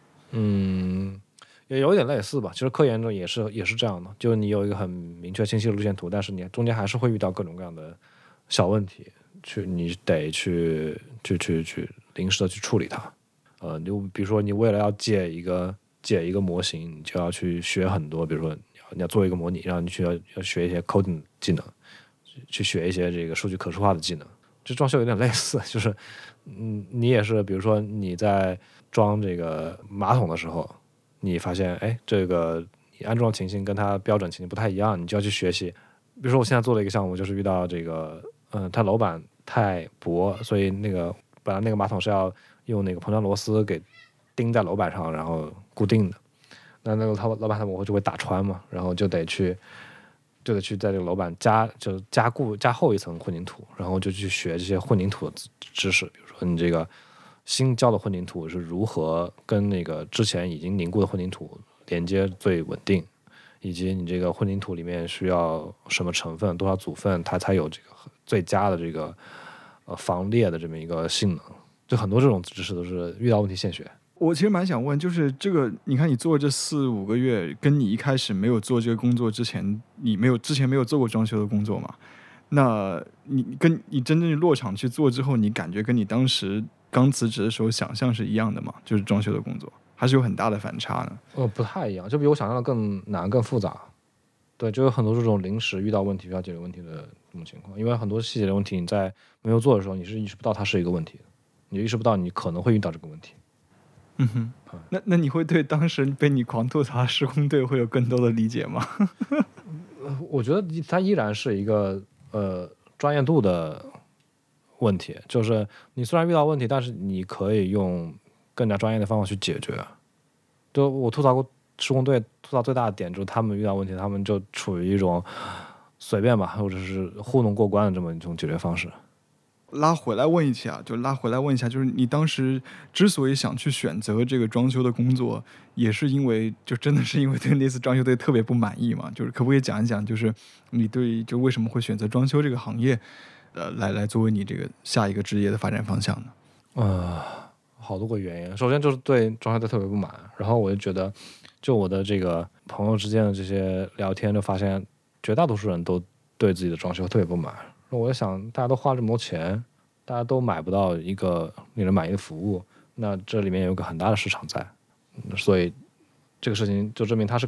也有点类似吧。其实科研中也是这样的，就是你有一个很明确清晰的路线图，但是你中间还是会遇到各种各样的小问题，你得去临时的去处理它。就比如说你为了要解一个模型，你就要去学很多，比如说你要做一个模拟，然后你要学一些 coding 技能，去学一些这个数据可视化的技能。这装修有点类似，就是你也是，比如说你在装这个马桶的时候，你发现这个你安装情形跟它标准情形不太一样，你就要去学习。比如说我现在做了一个项目，就是遇到这个它楼板太薄，所以本来那个马桶是要用那个膨胀螺丝给钉在楼板上，然后固定的。那个楼板它就会打穿嘛，然后就得去在这个楼板加厚一层混凝土，然后就去学这些混凝土的知识，比如说你这个新浇的混凝土是如何跟那个之前已经凝固的混凝土连接最稳定，以及你这个混凝土里面需要什么成分、多少组分，它才有这个最佳的这个防裂的这么一个性能。就很多这种知识都是遇到问题现学。 我其实蛮想问，就是这个，你看你做这4-5个月，跟你一开始没有做这个工作之前，之前没有做过装修的工作嘛？那你真正落场去做之后，你感觉跟你当时刚辞职的时候想象是一样的吗？就是装修的工作，还是有很大的反差呢？ 不太一样，就比我想象的更难、更复杂。对，就有很多这种临时遇到问题需要解决问题的这种情况，因为很多细节的问题你在没有做的时候，你是意识不到它是一个问题的，你就意识不到你可能会遇到这个问题。 那你会对当时被你狂吐槽的施工队会有更多的理解吗？ 我觉得它依然是一个专业度的问题，就是你虽然遇到问题，但是你可以用更加专业的方法去解决。就我吐槽过施工队，吐槽最大的点就是他们遇到问题，他们就处于一种随便吧，或者是糊弄过关的这么一种解决方式。 拉回来问一下，就是你当时之所以想去选择这个装修的工作，也是因为真的是因为对那次装修队特别不满意嘛？就是可不可以讲一讲，就是你就为什么会选择装修这个行业，来作为你这个下一个职业的发展方向呢？ 好多个原因。首先就是对装修队特别不满，然后我就觉得，就我的这个朋友之间的这些聊天，就发现绝大多数人都对自己的装修特别不满。我就想，大家都花这么多钱，大家都买不到一个令人满意的服务，那这里面有个很大的市场在，所以这个事情就证明它是可以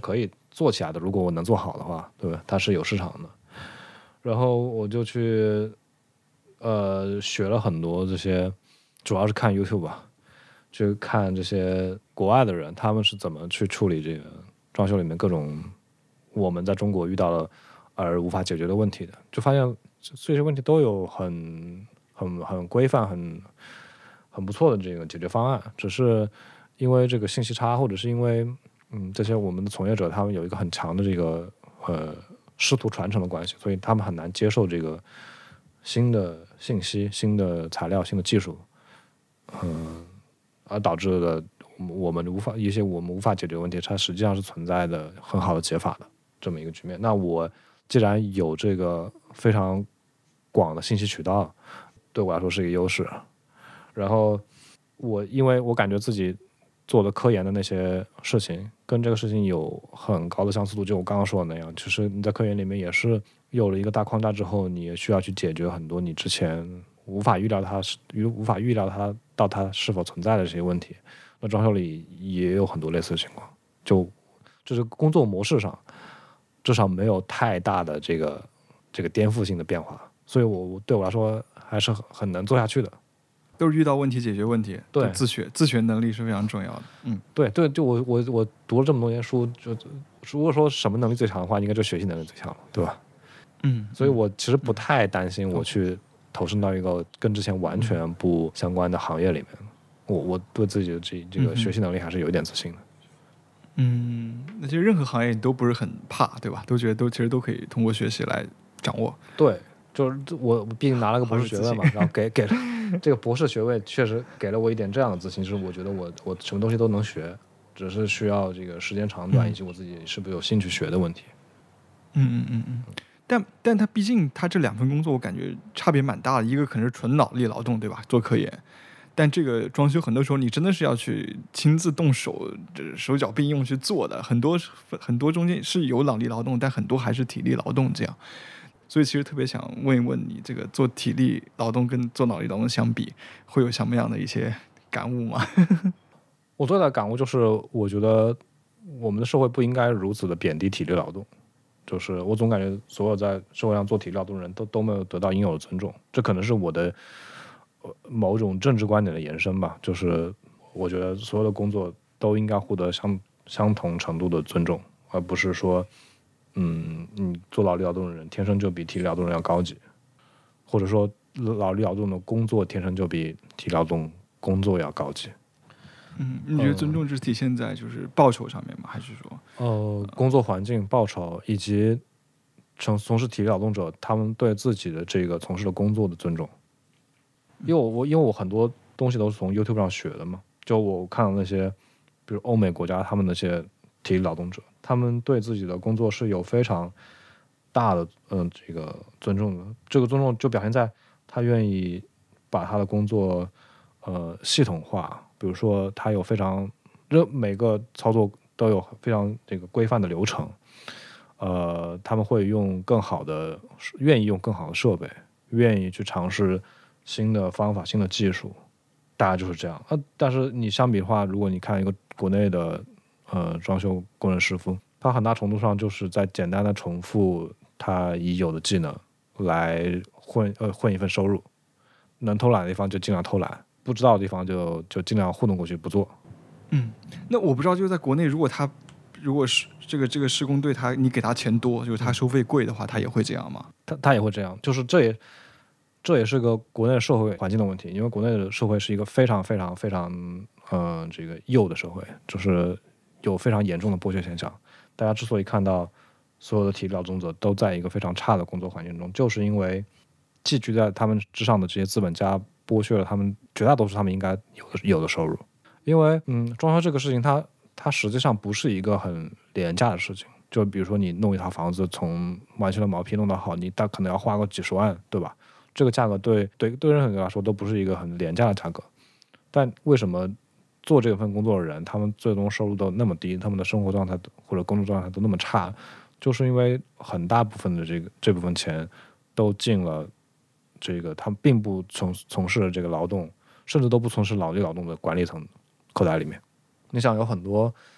做起来的，如果我能做好的话，对吧？它是有市场的。然后我就去学了很多这些，主要是看 YouTube 吧，去看这些国外的人他们是怎么去处理这个装修里面各种我们在中国遇到了而无法解决的问题的，就发现这些问题都有很规范、很不错的这个解决方案，只是因为这个信息差，或者是因为这些我们的从业者他们有一个很强的这个师徒传承的关系，所以他们很难接受这个新的信息、新的材料、新的技术，而导致了我们无法解决的问题，它实际上是存在的很好的解法的这么一个局面。那我既然有这个非常广的信息渠道，对我来说是一个优势。然后因为我感觉自己做的科研的那些事情跟这个事情有很高的相似度，就我刚刚说的那样，其实你在科研里面也是有了一个大框架之后，你也需要去解决很多你之前无法预料它到它是否存在的这些问题。那装修里也有很多类似的情况，就是工作模式上至少没有太大的这个颠覆性的变化，所以对我来说还是很能做下去的。 都是遇到问题解决问题， 对， 自学能力是非常重要的。 对，就我读了这么多年书，就如果说什么能力最强的话，应该就学习能力最强了，对吧？所以我其实不太担心我去投身到一个跟之前完全不相关的行业里面。我对自己的这个学习能力还是有一点自信的。 那其实任何行业你都不是很怕，对吧？都觉得其实都可以通过学习来掌握。 对，就是我毕竟拿了个博士学位嘛，然后给了这个博士学位，确实给了我一点这样的自信，就是我觉得我什么东西都能学，只是需要这个时间长短以及我自己是不是有兴趣学的问题。 但他毕竟他这两份工作我感觉差别蛮大的，一个可能是纯脑力劳动，对吧？做科研。但这个装修很多时候你真的是要去亲自动手，手脚并用去做的，很多中间是有脑力劳动，但很多还是体力劳动这样。所以其实特别想问一问你，这个做体力劳动跟做脑力劳动相比，会有什么样的一些感悟吗？ 我最大的感悟就是，我觉得我们的社会不应该如此的贬低体力劳动。就是我总感觉所有在社会上做体力劳动的人都没有得到应有的尊重，这可能是我的某种政治观点的延伸吧。就是我觉得所有的工作都应该获得相同程度的尊重，而不是说你做脑力劳动的人天生就比体力劳动人要高级，或者说脑力劳动的工作天生就比体力劳动工作要高级。 你觉得尊重是体现在就是报酬上面吗？还是说工作环境、报酬以及从事体力劳动者他们对自己的这个从事的工作的尊重？因为我很多东西都是从 YouTube 上学的嘛，就我看到那些比如欧美国家他们那些体力劳动者，他们对自己的工作是有非常大的这个尊重的。这个尊重就表现在他愿意把他的工作系统化，比如说他有每个操作都有非常这个规范的流程，他们会愿意用更好的设备，愿意去尝试新的方法、新的技术，大概就是这样。但是你相比的话，如果你看一个国内的装修工人师傅，他很大程度上就是在简单的重复他已有的技能来混一份收入，能偷懒的地方就尽量偷懒，不知道的地方就尽量糊弄过去不做。 那我不知道，就是在国内，如果是这个施工队你给他钱多，就是他收费贵的话，他也会这样吗？ 他也会这样，就是这也是个国内社会环境的问题，因为国内的社会是一个非常非常非常这个右的社会，就是有非常严重的剥削现象。大家之所以看到所有的体力劳动者都在一个非常差的工作环境中，就是因为寄居在他们之上的这些资本家剥削了他们绝大多数他们应该有的收入。因为装修这个事情它实际上不是一个很廉价的事情，就比如说你弄一套房子从完全的毛坯弄到好，你大可能要花个几十万，对吧？这个价格对任何人来说都不是一个很廉价的价格。但为什么做这份工作的人他们最终收入都那么低，他们的生活状态或者工作状态都那么差，就是因为很大部分的这部分钱都进了这个他们并不从事这个劳动，甚至都不从事脑力劳动的管理层口袋里面。你想有很多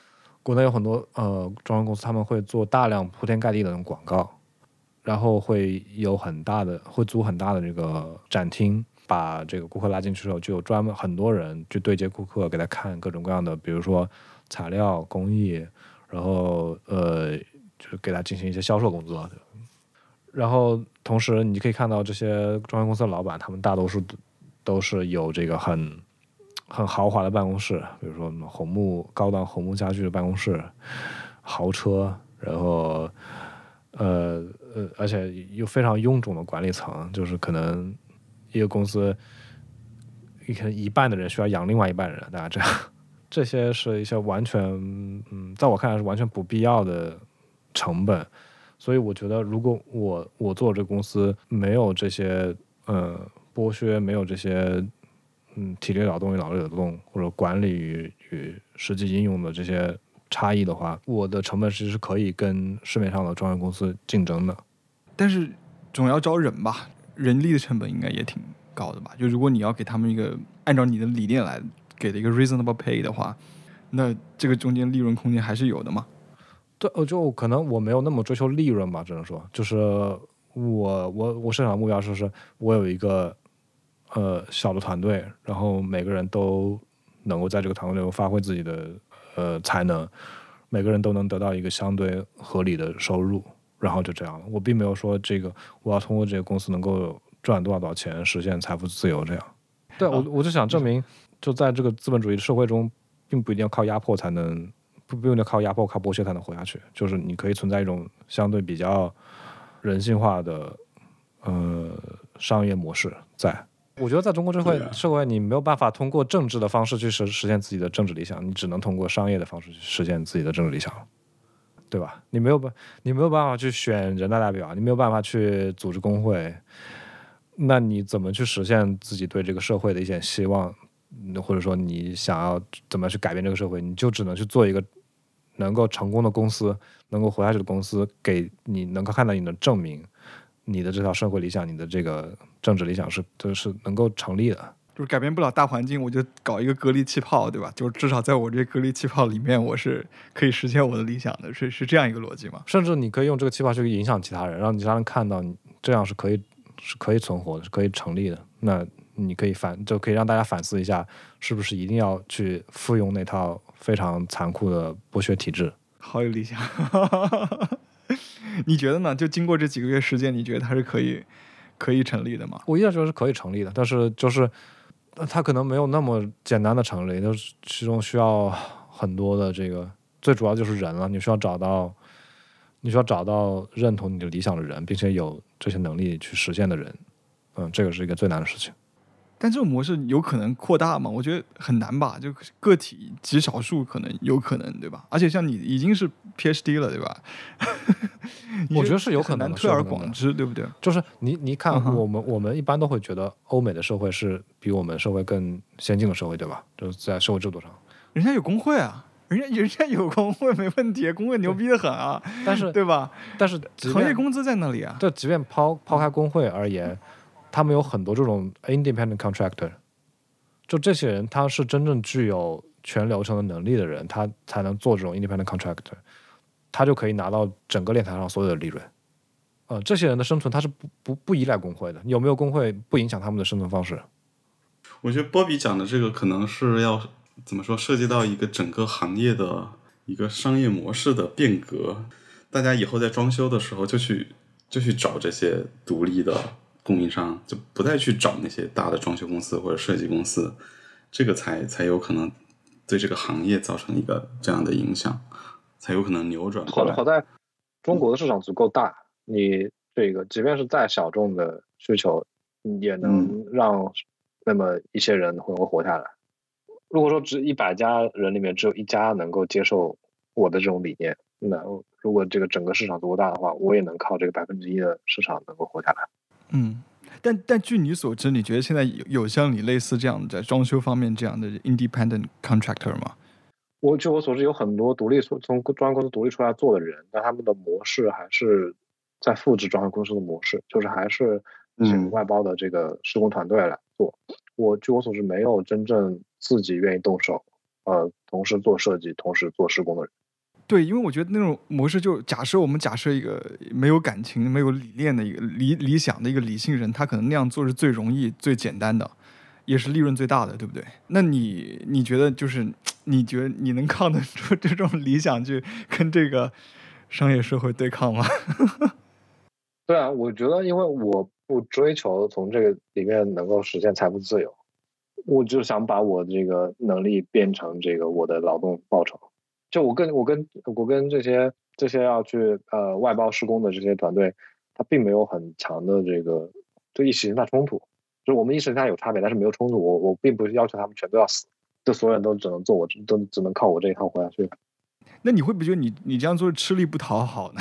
国内有很多装修公司，他们会做大量铺天盖地的那种广告，然后会租很大的这个展厅，把这个顾客拉进去之后，就有专门很多人去对接顾客，给他看各种各样的，比如说材料工艺，然后就是给他进行一些销售工作。然后同时你可以看到这些装修公司的老板，他们大多数都是有这个很豪华的办公室，比如说高档红木家具的办公室、豪车，然后而且又非常臃肿的管理层，就是可能一个公司可能一半的人需要养另外一半人，大家这样，这些是一些完全在我看来是完全不必要的成本。所以我觉得，如果我做这个公司没有这些剥削，没有这些体力劳动与脑力劳动，或者管理与实际应用的这些差异的话，我的成本其实是可以跟市面上的装修公司竞争的。 但是总要招人吧，人力的成本应该也挺高的吧？就如果你要给他们一个按照你的理念来给的一个 reasonable pay 的话，那这个中间利润空间还是有的嘛？ 对，就可能我没有那么追求利润吧，只能说，就是我设想的目标就是我有一个小的团队，然后每个人都能够在这个团队中发挥自己的才能，每个人都能得到一个相对合理的收入，然后就这样了。我并没有说这个我要通过这个公司能够赚多少钱，实现财富自由这样。对，我就想证明，就在这个资本主义的社会中，并不一定要靠压迫才能。不用靠压迫、靠剥削才能活下去，就是你可以存在一种相对比较人性化的商业模式在。我觉得在中国社会，你没有办法通过政治的方式去实现自己的政治理想，你只能通过商业的方式去实现自己的政治理想，对吧？你没有办法去选人大代表，你没有办法去组织工会，那你怎么去实现自己对这个社会的一点希望？或者说你想要怎么去改变这个社会，你就只能去做一个能够成功的公司，能够活下去的公司，给你能够看到你能证明你的这套社会理想，你的这个政治理想是能够成立的。 就是改变不了大环境，我就搞一个隔离气泡，对吧？就至少在我这隔离气泡里面，我是可以实现我的理想的，是这样一个逻辑吗？ 甚至你可以用这个气泡去影响其他人，让其他人看到你这样是可以存活的，是可以成立的。那你可以让大家反思一下，是不是一定要去复用那套非常残酷的剥削体制？ 好有理想。你觉得呢？就经过这几个月时间，你觉得它是可以成立的吗？ 我依然觉得是可以成立的，但是就是它可能没有那么简单的成立，就是其中需要很多的这个，最主要就是人了，你需要找到认同你的理想的人，并且有这些能力去实现的人，这个是一个最难的事情。 但这种模式有可能扩大吗？我觉得很难吧，就个体极少数可能有可能，对吧？而且像你已经是 PhD 了，对吧？ 我觉得是有可能的， 推而广之，对不对？ 就是你看，我们一般都会觉得欧美的社会是比我们社会更先进的社会，对吧？就是在社会制度上， 人家有工会啊，人家有工会没问题，工会牛逼的很啊， 但是对吧？ 但是行业工资在那里啊。 对，即便抛开工会而言。他们有很多这种 independent contractor， 就这些人他是真正具有全流程的能力的人，他才能做这种 independent contractor， 他就可以拿到整个链条上所有的利润。这些人的生存他是不依赖工会的，有没有工会不影响他们的生存方式。 我觉得波比讲的这个可能是要怎么说，涉及到一个整个行业的一个商业模式的变革。大家以后在装修的时候就去找这些独立的供应商，就不再去找那些大的装修公司或者设计公司，这个才有可能对这个行业造成一个这样的影响，才有可能扭转过来。 好在中国的市场足够大，你这个即便是再小众的需求，也能让那么一些人会活下来。如果说100家人里面只有1家能够接受我的这种理念，那如果这个整个市场足够大的话，我也能靠这个1%的市场能够活下来。 但据你所知，你觉得现在有像你类似这样在装修方面这样的 independent contractor 吗？ 据我所知，有很多从装修公司独立出来做的人，但他们的模式还是在复制装修公司的模式，就是还是请外包的这个施工团队来做。据我所知，没有真正自己愿意动手，同时做设计，同时做施工的人。 对，因为我觉得那种模式，就假设一个没有感情、没有理念的一个理想的一个理性人，他可能那样做是最容易、最简单的，也是利润最大的，对不对？那你觉得就是你觉得你能抗得住这种理想去跟这个商业社会对抗吗？ 对啊，我觉得因为我不追求从这个里面能够实现财富自由，我就想把我这个能力变成这个我的劳动报酬。就我跟这些要去外包施工的这些团队，他并没有很强的这个就意识形态冲突，就是我们意识形态有差别，但是没有冲突。我并不是要求他们全都要死，就所有人都只能做我都只能靠我这一套活下去。 那你会不会觉得你这样做吃力不讨好呢？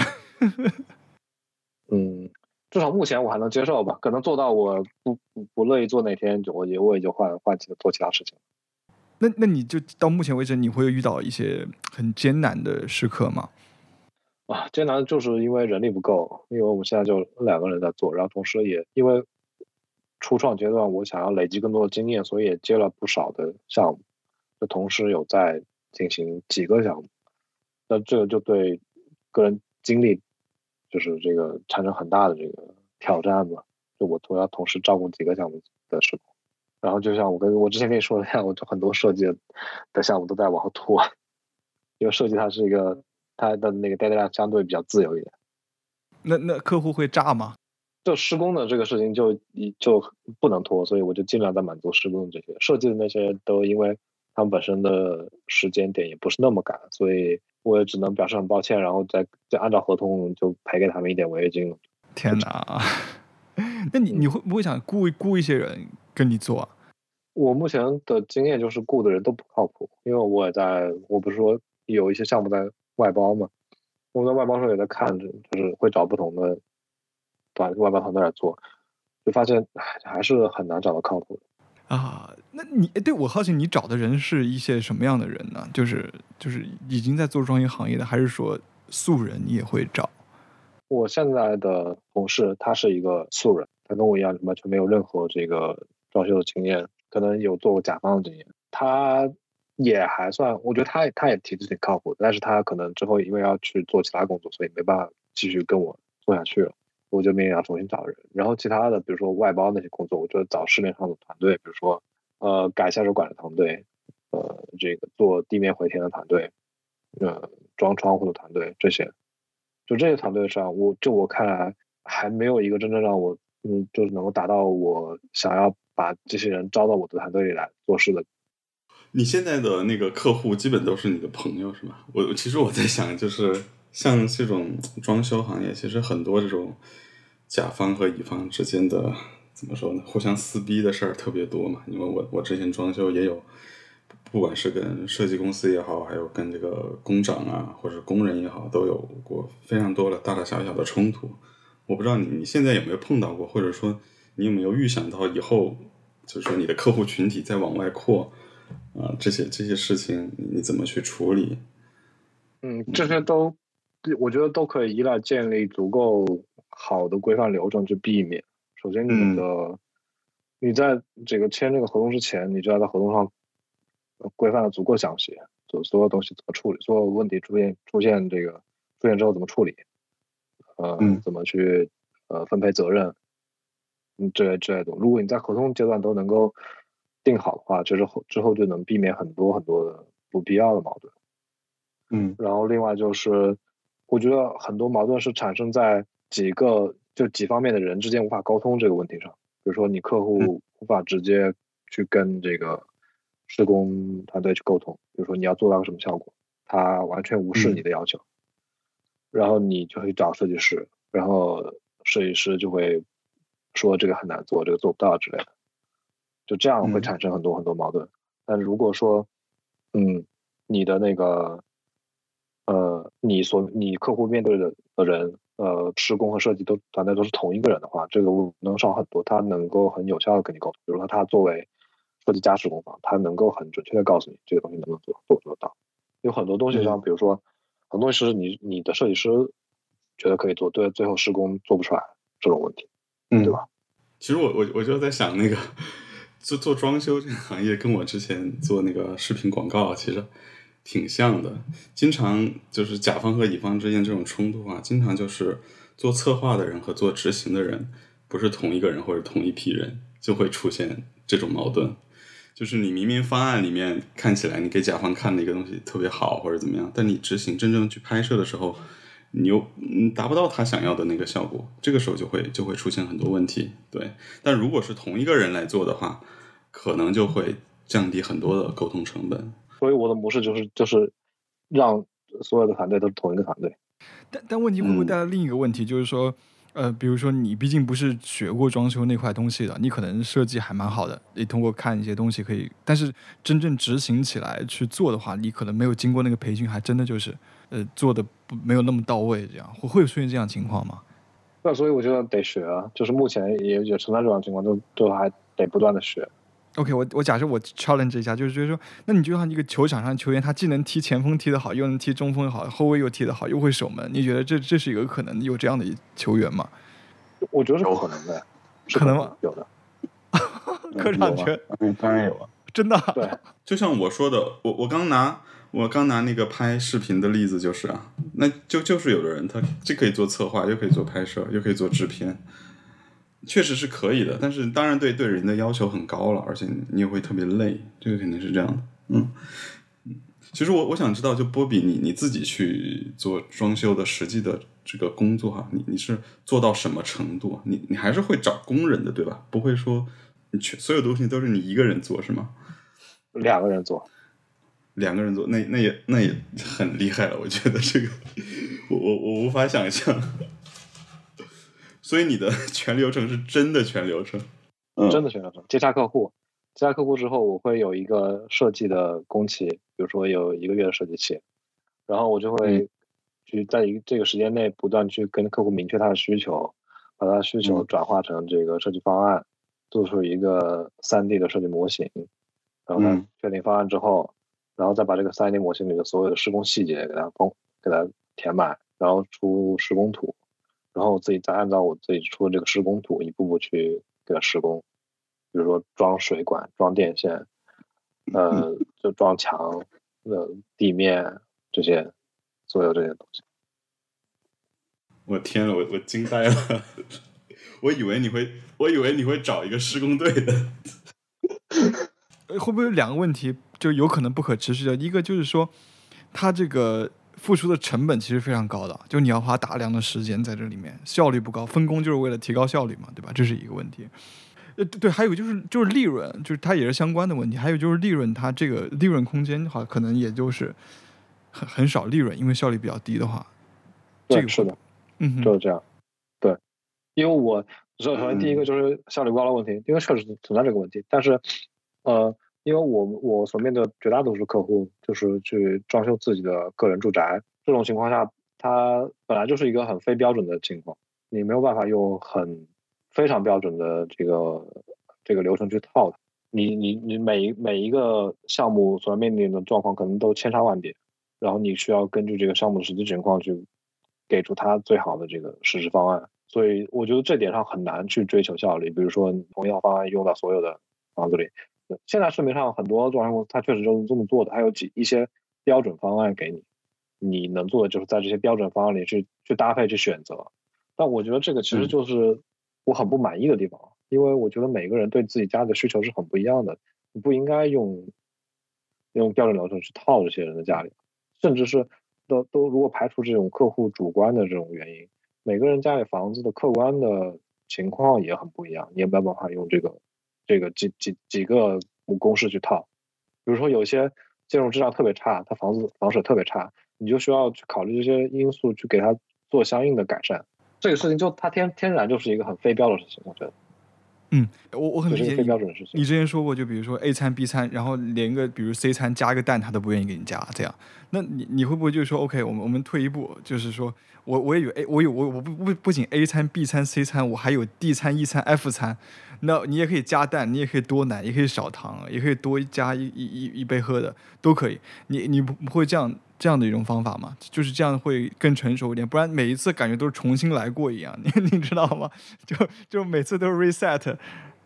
至少目前我还能接受吧，可能做到我不乐意做那天，我也就换做其他事情。 那你就到目前为止，你会遇到一些很艰难的时刻吗？ 艰难就是因为人力不够，因为我们现在就2个人在做，然后同时也因为初创阶段我想要累积更多的经验，所以也接了不少的项目，就同时有在进行几个项目，那这个就对个人精力就是这个产生很大的这个挑战吧，就我要同时照顾几个项目的时候，然后就像我之前跟你说的那样，我就很多设计的项目都在往后拖，因为设计它是一个它的那个 deadline 相对比较自由一点。 那客户会炸吗？ 就施工的这个事情就不能拖，所以我就尽量在满足施工的这些，设计的那些都因为他们本身的时间点也不是那么赶，所以我也只能表示很抱歉，然后再按照合同就赔给他们一点违约金。 天哪！那你会不会想雇一些人跟你做啊？ 我目前的经验就是雇的人都不靠谱，因为我不是说有一些项目在外包嘛，我在外包时候也在看，就是会找不同的外包团队来做，就发现还是很难找到靠谱的。 那对，我好奇你找的人是一些什么样的人呢？就是已经在做装修行业的，还是说素人你也会找？ 我现在的同事他是一个素人，他跟我一样完全没有任何这个装修的经验，可能有做过甲方的经验，他也还算，我觉得他也体质挺靠谱的，但是他可能之后因为要去做其他工作，所以没办法继续跟我做下去了，我就面临要重新找人。然后其他的比如说外包那些工作，我就找市面上的团队，比如说改下水管的团队，这个做地面回填的团队，装窗户的团队，这些团队上，我看来还没有一个真正让我就是能够达到我想要把这些人招到我的团队里来做事的。 你现在的那个客户基本都是你的朋友是吧？其实我在想，就是像这种装修行业，其实很多这种甲方和乙方之间的怎么说呢，互相撕逼的事儿特别多嘛。因为我之前装修也有，不管是跟设计公司也好，还有跟这个工长啊或者工人也好，都有过非常多的大大小小的冲突。我不知道你现在有没有碰到过，或者说你有没有预想到以后，就是说你的客户群体再往外扩这些事情你怎么去处理？ 这些我觉得都可以依赖建立足够好的规范流程去避免。首先你在这个签这个合同之前，你就要在合同上规范的足够详细，就所有东西怎么处理，所有问题出现之后怎么处理，怎么去分配责任，这类的。如果你在合同阶段都能够定好的话，之后就能避免很多很多的不必要的矛盾。然后另外就是，我觉得很多矛盾是产生在几方面的人之间无法沟通这个问题上。比如说你客户无法直接去跟这个施工团队去沟通，比如说你要做到什么效果，他完全无视你的要求，然后你就会找设计师，然后设计师就会说这个很难做，这个做不到之类的，就这样会产生很多很多矛盾。但如果说你的那个你客户面对的人，施工和设计团队都是同一个人的话，这个能少很多。他能够很有效的跟你沟通，比如说他作为设计加施工方，他能够很准确的告诉你这个东西能不能做不做到。有很多东西上，比如说很多东西是你的设计师觉得可以做，对，最后施工做不出来这种问题，对吧？ 其实我就在想那个做装修这个行业，跟我之前做那个视频广告其实挺像的。经常就是甲方和乙方之间这种冲突啊，经常就是做策划的人和做执行的人不是同一个人或者同一批人，就会出现这种矛盾。就是你明明方案里面看起来你给甲方看的一个东西特别好或者怎么样，但你执行真正去拍摄的时候，你又达不到他想要的那个效果，这个时候就会出现很多问题。对，但如果是同一个人来做的话，可能就会降低很多的沟通成本。 所以我的模式就是让所有的团队都是同一个团队。 但问题会不会带来另一个问题，就是说，比如说你毕竟不是学过装修那块东西的，你可能设计还蛮好的，你通过看一些东西可以，但是真正执行起来去做的话，你可能没有经过那个培训，还真的就是做的没有那么到位，这样会出现这样情况吗？ 那所以我觉得得学啊，就是目前也存在这种情况，都还得不断的学。 OK，我假设我 challenge 一下，就是觉得说，那你就像一个球场上球员，他既能踢前锋踢得好，又能踢中锋好，后卫又踢得好，又会守门，你觉得这是一个可能有这样的球员吗？ 我觉得是可能的， 可能吗？ 有的。 科长圈当然有啊， 真的。 对， 就像我说的，我刚拿那个拍视频的例子就是啊，那就是有的人他既可以做策划，又可以做拍摄，又可以做制片。确实是可以的，但是当然对人的要求很高了，而且你也会特别累，这个肯定是这样的。其实我想知道，就波比你自己去做装修的实际的这个工作哈，你是做到什么程度？你还是会找工人的对吧？不会说所有东西都是你一个人做是吗 ？2个人做 ？2个人做，那也很厉害了，我觉得这个我无法想象。所以你的全流程是真的全流程， 真的全流程。接洽客户之后，我会有一个设计的工期，比如说有1个月的设计期，然后我就会去在这个时间内不断去跟客户明确他的需求，把他的需求转化成这个设计方案，做出一个3D 的设计模型，然后呢确定方案之后，然后再把这个3D 模型里的所有的施工细节给它填满，然后出施工图。然后自己再按照我自己出的这个施工图一步步去给它施工，比如说装水管、装电线，就装墙、地面这些，所有这些东西。 我天了，我惊呆了，我以为你会找一个施工队的。 会不会有2个问题，就有可能不可持续的？一个就是说，它这个付出的成本其实非常高的，就你要花大量的时间在这里面，效率不高，分工就是为了提高效率嘛，对吧？这是一个问题。对，还有就是利润，就是它也是相关的问题。还有就是利润，它这个利润空间好可能也就是很少利润，因为效率比较低的话。 对，是的，就是这样。对，因为我首先第一个就是效率不高的问题，因为确实存在这个问题，但是因为我所面对的绝大多数客户就是去装修自己的个人住宅，这种情况下，它本来就是一个很非标准的情况，你没有办法用非常标准的这个流程去套它。你每一个项目所面临的状况可能都千差万别，然后你需要根据这个项目的实际情况去给出它最好的这个实施方案。所以我觉得这点上很难去追求效率，比如说你同一套方案用到所有的房子里。现在市面上很多装修公司它确实就是这么做的，还有一些标准方案给你，你能做的就是在这些标准方案里去搭配去选择。但我觉得这个其实就是我很不满意的地方，因为我觉得每个人对自己家的需求是很不一样的，你不应该用标准流程去套这些人的家里，甚至是都如果排除这种客户主观的这种原因，每个人家里房子的客观的情况也很不一样，你也没有办法用这个几个公式去套。比如说有些建筑质量特别差，它房舍特别差，你就需要去考虑这些因素去给它做相应的改善。这个事情就它天然就是一个很非标的事情，我觉得。 我很理解你之前说过，就比如说 A 餐 B 餐，然后连个比如 C 餐加个蛋，他都不愿意给你加，这样，那你会不会就是说 OK，我们退一步，就是说我也有 我不仅 A 餐 B 餐 C 餐，我还有 D 餐 E 餐 F 餐，那你也可以加蛋，你也可以多奶，也可以少糖，也可以多加一杯喝的，都可以。你不会这样的一种方法吗？就是这样会更成熟一点，不然每一次感觉都是重新来过一样，你知道吗？就每次都是 reset。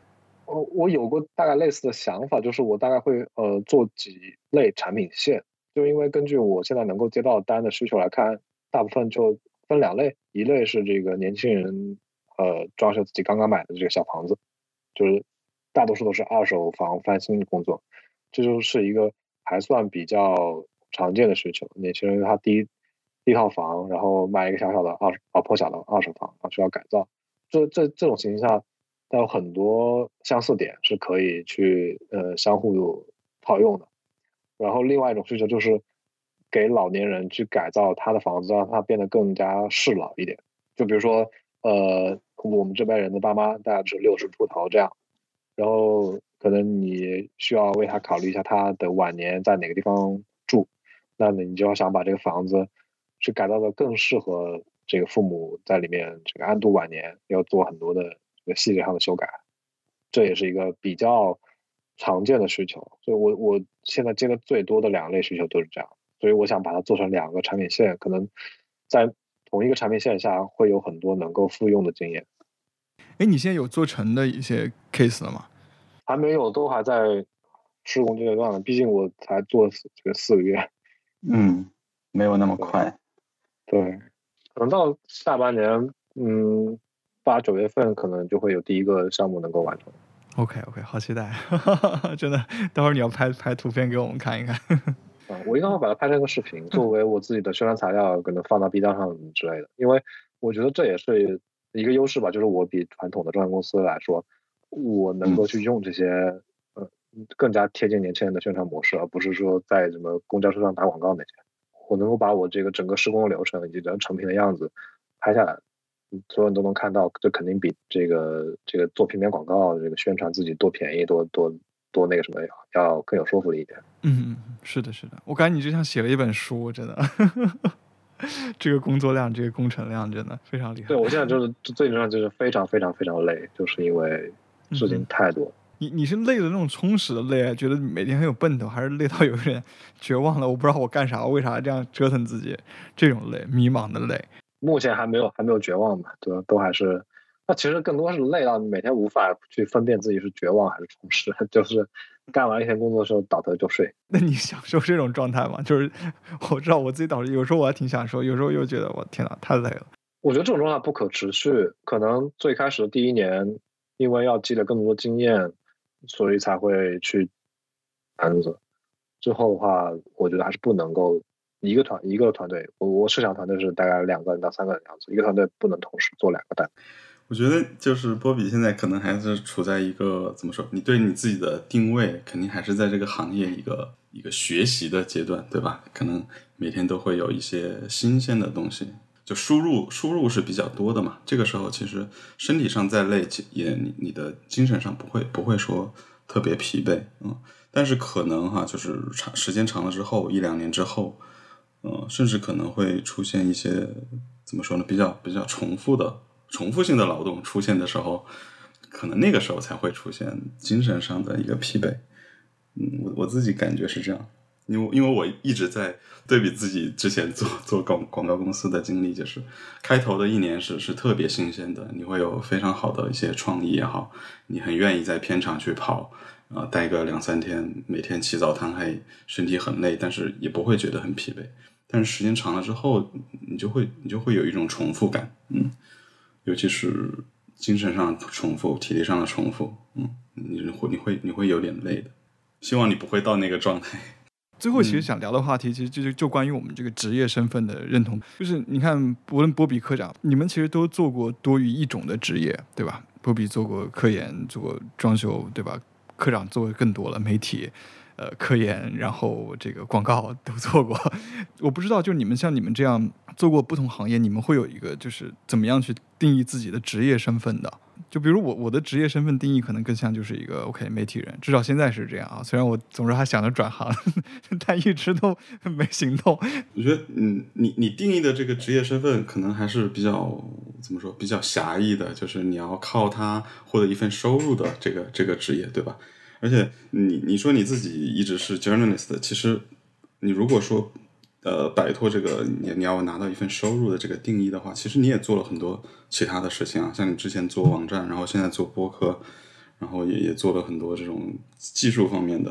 我有过大概类似的想法，就是我大概会做几类产品线， 就因为根据我现在能够接到单的需求来看，大部分就分两类，一类是这个年轻人装修自己刚刚买的这个小房子，就是大多数都是二手房翻新的工作，这就是一个还算比较常见的需求。年轻人他第一套房，然后买一个小小的破小的二手房，需要改造。这种情况下，它有很多相似点是可以去相互套用的。然后另外一种需求就是给老年人去改造他的房子，让它变得更加适老一点。就比如说我们这辈人的爸妈大概是60出头这样，然后可能你需要为他考虑一下他的晚年在哪个地方住，那你就要想把这个房子去改造的更适合这个父母在里面这个安度晚年，要做很多的这个细节上的修改，这也是一个比较常见的需求。所以我现在接的最多的2类需求都是这样，所以我想把它做成2个产品线，可能在同一个产品线下会有很多能够复用的经验。 哎，你现在有做成的一些 case 了吗？ 还没有，都还在施工阶段，毕竟我才做这个4个月。 没有那么快。 对，可能到下半年8、9月份可能就会有第一个项目能够完成。 OK， 好期待，真的，待会儿你要拍图片给我们看一看。 我应该会把它拍成个视频，作为我自己的宣传材料，可能放到 B 站上之类的。因为我觉得这也是一个优势吧，就是我比传统的装修公司来说，我能够去用这些更加贴近年轻人的宣传模式，而不是说在什么公交车上打广告那些。我能够把我这个整个施工的流程以及成品的样子拍下来，所有人都能看到，这肯定比这个做平面广告这个宣传自己多便宜多那个什么要更有说服力一点。 是的，我感觉你就像写了一本书，真的。这个工作量，这个工程量真的非常厉害。 对，我现在就是最重要就是非常非常非常累，就是因为事情太多。 你是累的那种充实的累，觉得每天很有奔头，还是累到有点绝望了？我不知道我干啥，为啥这样折腾自己？这种累，迷茫的累。 目前还没有绝望吧？对吧？都还是，那其实更多是累到每天无法去分辨自己是绝望还是充实，就是干完一天工作的时候倒头就睡。 那你享受这种状态吗？就是我知道我自己倒是有时候我还挺享受，有时候又觉得我天哪太累了。 我觉得这种状态不可持续，可能最开始的第1年，因为要积累更多经验，所以才会去案子。之后的话，我觉得还是不能够一个团队，我设想团队是大概2个人到3个人的样子，一个团队不能同时做2个单。 我觉得就是波比现在可能还是处在一个怎么说，你对你自己的定位肯定还是在这个行业一个学习的阶段，对吧？可能每天都会有一些新鲜的东西，就输入是比较多的嘛。这个时候其实身体上再累，也你的精神上不会说特别疲惫，但是可能就是时间长了之后，1-2年之后，甚至可能会出现一些怎么说呢，比较重复性的劳动出现的时候，可能那个时候才会出现精神上的一个疲惫。我自己感觉是这样，因为我一直在对比自己之前做广告公司的经历，就是开头的1年是特别新鲜的，你会有非常好的一些创意也好，你很愿意在片场去跑，待个2-3天，每天起早贪黑，身体很累，但是也不会觉得很疲惫。但是时间长了之后，你就会有一种重复感，尤其是精神上的重复，体力上的重复，你会有点累的。希望你不会到那个状态。 最后其实想聊的话题其实就关于我们这个职业身份的认同，就是你看无论波比科长，你们其实都做过多于一种的职业，对吧？波比做过科研，做过装修，对吧？科长做的更多了，媒体科研，然后这个广告都做过。我不知道就是你们像你们这样做过不同行业，你们会有一个就是怎么样去定义自己的职业身份的？就比如我的职业身份定义可能更像就是一个 OK 媒体人，至少现在是这样啊。虽然我总是还想着转行，但一直都没行动。 我觉得你定义的这个职业身份可能还是比较怎么说，比较狭义的，就是你要靠它获得一份收入的这个职业，对吧？而且你说你自己一直是 journalist， 其实你如果说摆脱这个你要拿到一份收入的这个定义的话，其实你也做了很多其他的事情啊，像你之前做网站，然后现在做播客，然后也做了很多这种技术方面的，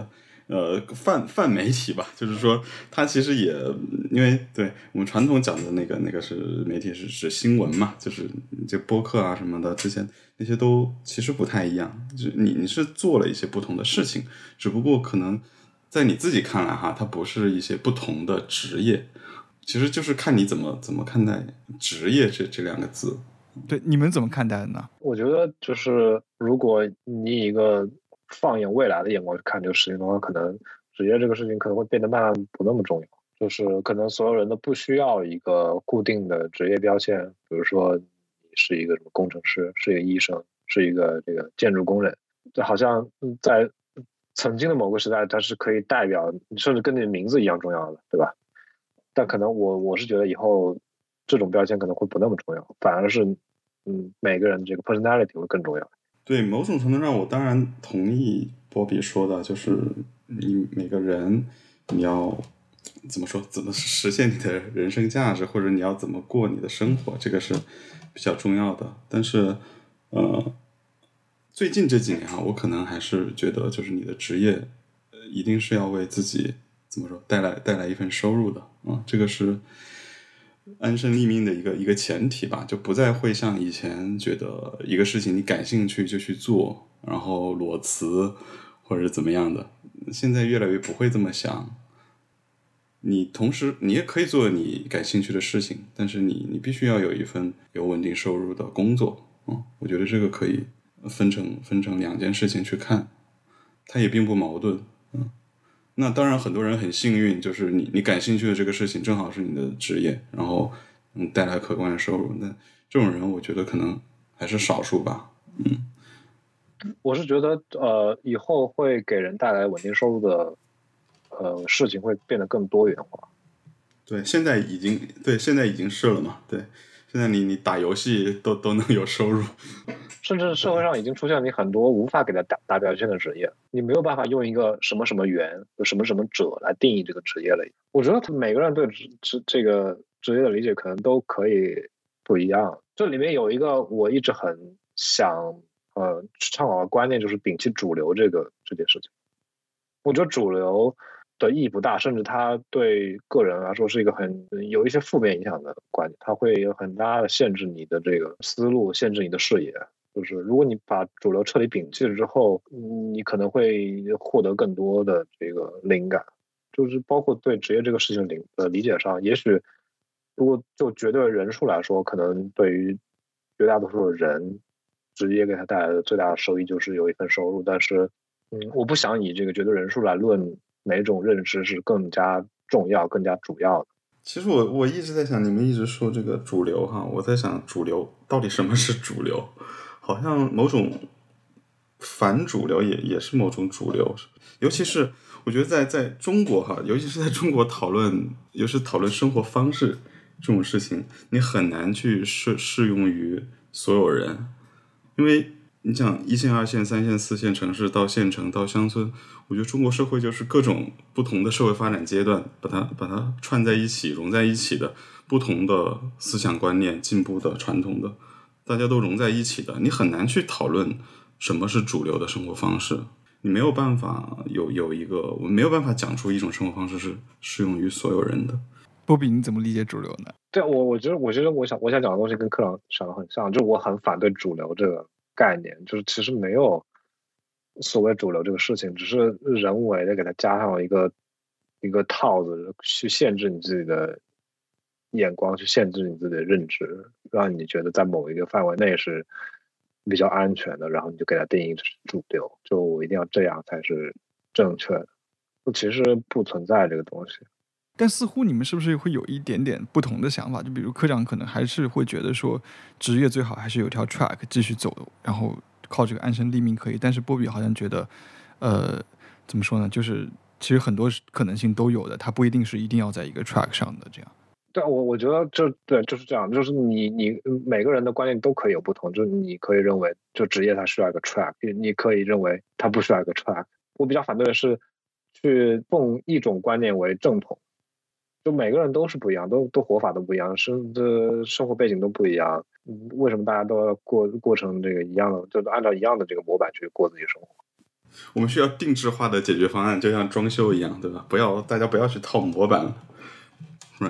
泛媒体吧，就是说它其实也因为对我们传统讲的那个是媒体是指新闻嘛，就是这播客啊什么的，之前那些都其实不太一样，就你是做了一些不同的事情，只不过可能在你自己看来哈，它不是一些不同的职业，其实就是看你怎么看待职业这两个字。 对，你们怎么看待的呢？ 我觉得就是如果你以一个放眼未来的眼光去看这个事情的话，可能职业这个事情可能会变得慢慢不那么重要，就是可能所有人都不需要一个固定的职业标签，比如说你是一个什么工程师，是一个医生，是一个这个建筑工人，就好像在曾经的某个时代它是可以代表，甚至跟你的名字一样重要的，对吧？但可能我是觉得以后这种标签可能会不那么重要，反而是每个人这个 personality 会更重要。 对，某种程度上我当然同意波比说的，就是你每个人你要怎么说，怎么实现你的人生价值，或者你要怎么过你的生活，这个是比较重要的。但是最近这几年我可能还是觉得就是你的职业一定是要为自己怎么说带来一份收入的这个是安身立命的一个前提吧，就不再会像以前觉得一个事情你感兴趣就去做，然后裸辞或者怎么样的，现在越来越不会这么想。你同时你也可以做你感兴趣的事情，但是你必须要有一份有稳定收入的工作我觉得这个可以分成两件事情去看，它也并不矛盾那当然很多人很幸运，就是你感兴趣的这个事情正好是你的职业，然后带来可观的收入，那这种人我觉得可能还是少数吧我是觉得以后会给人带来稳定收入的事情会变得更多元化。 对，现在已经是了嘛，对，现在你打游戏都能有收入， 甚至社会上已经出现你很多无法给他打标签的职业，你没有办法用一个什么什么员、什么什么者来定义这个职业了。我觉得每个人对这个职业的理解可能都可以不一样。这里面有一个我一直很想倡导的观念，就是摒弃主流这件事情。我觉得主流的意义不大，甚至它对个人来说是一个有一些负面影响的观念，它会有很大的限制你的这个思路，限制你的视野。就是如果你把主流彻底摒弃了之后，你可能会获得更多的这个灵感，就是包括对职业这个事情的理解上，也许如果就绝对人数来说，可能对于绝大多数的人，职业给他带来的最大的收益就是有一份收入，但是我不想以这个绝对人数来论哪种认知是更加重要、更加主要的。 其实我一直在想，你们一直说这个主流我在想主流到底什么是主流？好像某种反主流也是某种主流，尤其是我觉得在中国尤其是在中国讨论生活方式这种事情，你很难去适用于所有人，因为你讲1线、2线、3线、4线城市到县城到乡村，我觉得中国社会就是各种不同的社会发展阶段，把它串在一起、融在一起的不同的思想观念、进步的、传统的，大家都融在一起的，你很难去讨论什么是主流的生活方式。你没有办法我没有办法讲出一种生活方式是适用于所有人的。 波比，你怎么理解主流呢？ 对，我觉得我想讲的东西跟科长想的很像，就我很反对主流这个概念，就是其实没有所谓主流这个事情，只是人为的给它加上了一个套子，去限制你自己的眼光，去限制你自己的认知，让你觉得在某一个范围内是比较安全的，然后你就给它定义是主流，就我一定要这样才是正确的。其实不存在这个东西。 但似乎你们是不是会有一点点不同的想法？就比如科长可能还是会觉得说，职业最好还是有条 track 继续走，然后靠这个安身立命可以。但是波比好像觉得，怎么说呢？就是其实很多可能性都有的，它不一定是一定要在一个 track 上的这样。 对，我觉得就是这样，就是你每个人的观念都可以有不同，就是你可以认为就职业它需要一个 track， 你可以认为它不需要一个 track。我比较反对的是去奉一种观念为正统。就每个人都是不一样，都活法都不一样，生活背景都不一样，为什么大家都要过成这个一样的，就按照一样的这个模板去过自己生活？ 我们需要定制化的解决方案，就像装修一样，对吧？大家不要去套模板了，什么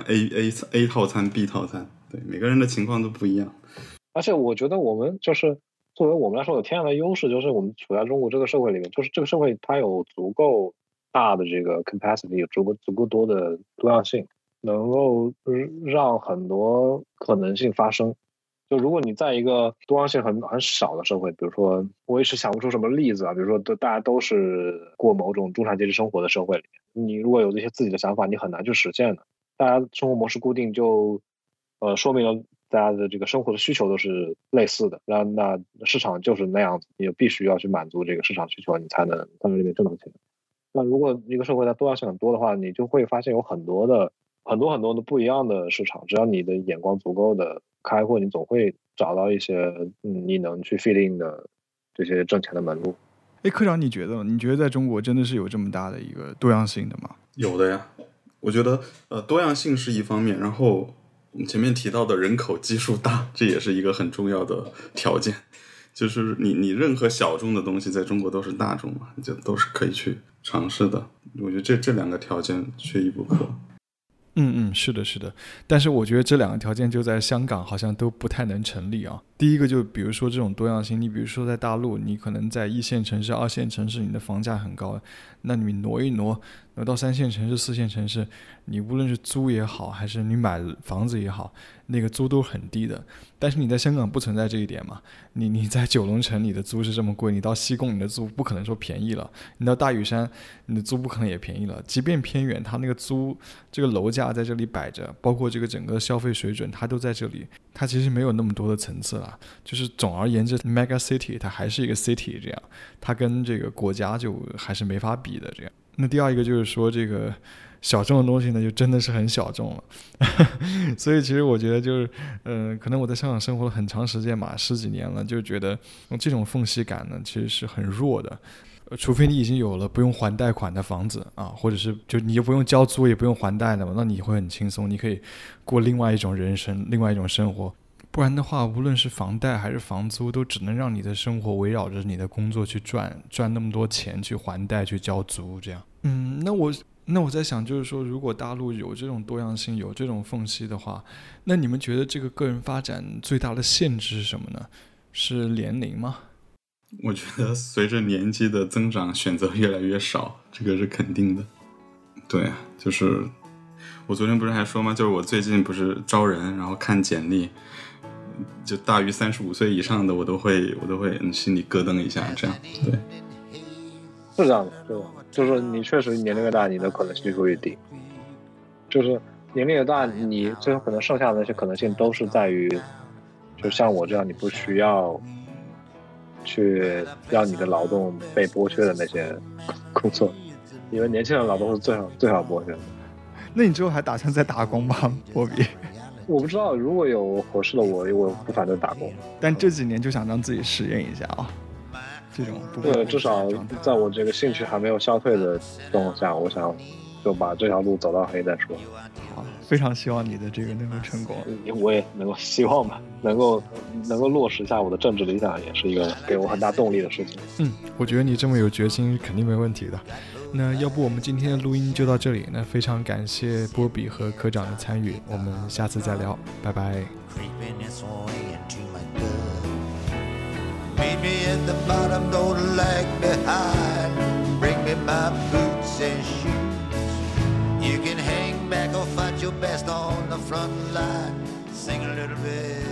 A 套餐 B 套餐，对，每个人的情况都不一样。 而且我觉得我们就是作为我们来说有天然的优势，就是我们处在中国这个社会里面，就是这个社会它有足够大的这个 capacity， 有足够多的多样性，能够让很多可能性发生。就如果你在一个多样性很少的社会，比如说我也是想不出什么例子啊，比如说大家都是过某种中产阶级生活的社会里面，你如果有这些自己的想法，你很难去实现的。大家生活模式固定就说明了大家的这个生活的需求都是类似的，那市场就是那样子，你就必须要去满足这个市场需求，你才能在里面挣到钱。那如果一个社会它多样性很多的话，你就会发现有很多的不一样的市场，只要你的眼光足够的开阔，你总会找到一些你能去 fit in 的这些挣钱的门路。 科长，你觉得在中国真的是有这么大的一个多样性的吗？ 有的呀，我觉得多样性是一方面，然后我们前面提到的人口基数大，这也是一个很重要的条件。就是你任何小众的东西在中国都是大众嘛，就都是可以去尝试的。我觉得这两个条件缺一不可。 是的，但是我觉得这两个条件就在香港好像都不太能成立啊。第一个就比如说这种多样性，你比如说在大陆，你可能在1线城市、2线城市，你的房价很高，那你挪到3线城市、4线城市，你无论是租也好，还是你买房子也好，那个租都很低的。但是你在香港不存在这一点嘛？你在九龙城你的租是这么贵，你到西贡你的租不可能说便宜了，你到大屿山你的租不可能也便宜了。即便偏远，它那个租这个楼价在这里摆着，包括这个整个消费水准，它都在这里，它其实没有那么多的层次了。就是总而言之 ，mega city 它还是一个 city 这样，它跟这个国家就还是没法比的这样。那第二一个就是说这个小众的东西呢，就真的是很小众了。所以其实我觉得就是可能我在香港生活了很长时间嘛，10几年了，就觉得这种缝隙感呢其实是很弱的。除非你已经有了不用还贷款的房子啊，或者是就你就不用交租也不用还贷的嘛，那你会很轻松，你可以过另外一种人生，另外一种生活。不然的话，无论是房贷还是房租，都只能让你的生活围绕着你的工作去赚那么多钱去还贷去交租这样。那我在想，就是说，如果大陆有这种多样性，有这种缝隙的话，那你们觉得这个个人发展最大的限制是什么呢？是年龄吗？ 我觉得随着年纪的增长，选择越来越少，这个是肯定的。对，就是我昨天不是还说吗？就是我最近不是招人，然后看简历，就大于35岁以上的，我都会心里咯噔一下，这样。对， 是这样的，对吧？就是你确实年龄越大，你的可能性就越低。就是年龄越大，你最后可能剩下的那些可能性都是在于，就像我这样，你不需要去让你的劳动被剥削的那些工作，因为年轻人劳动是最好剥削的。 那你之后还打算再打工吗，波比？ 我不知道，如果有合适的我不反对打工。 但这几年就想让自己实验一下啊。这种对，至少在我这个兴趣还没有消退的状况下，我想就把这条路走到黑再说。 好，非常希望你的这个能够成功。 我也能够希望吧，能够落实一下我的政治理想，也是一个给我很大动力的事情。 我觉得你这么有决心，肯定没问题的。那要不我们今天的录音就到这里，那非常感谢波比和科长的参与，我们下次再聊，拜拜。 Meet me at the bottom, don't lag behind. Bring me my boots and shoes. You can hang back or fight your best on the front line. Sing a little bit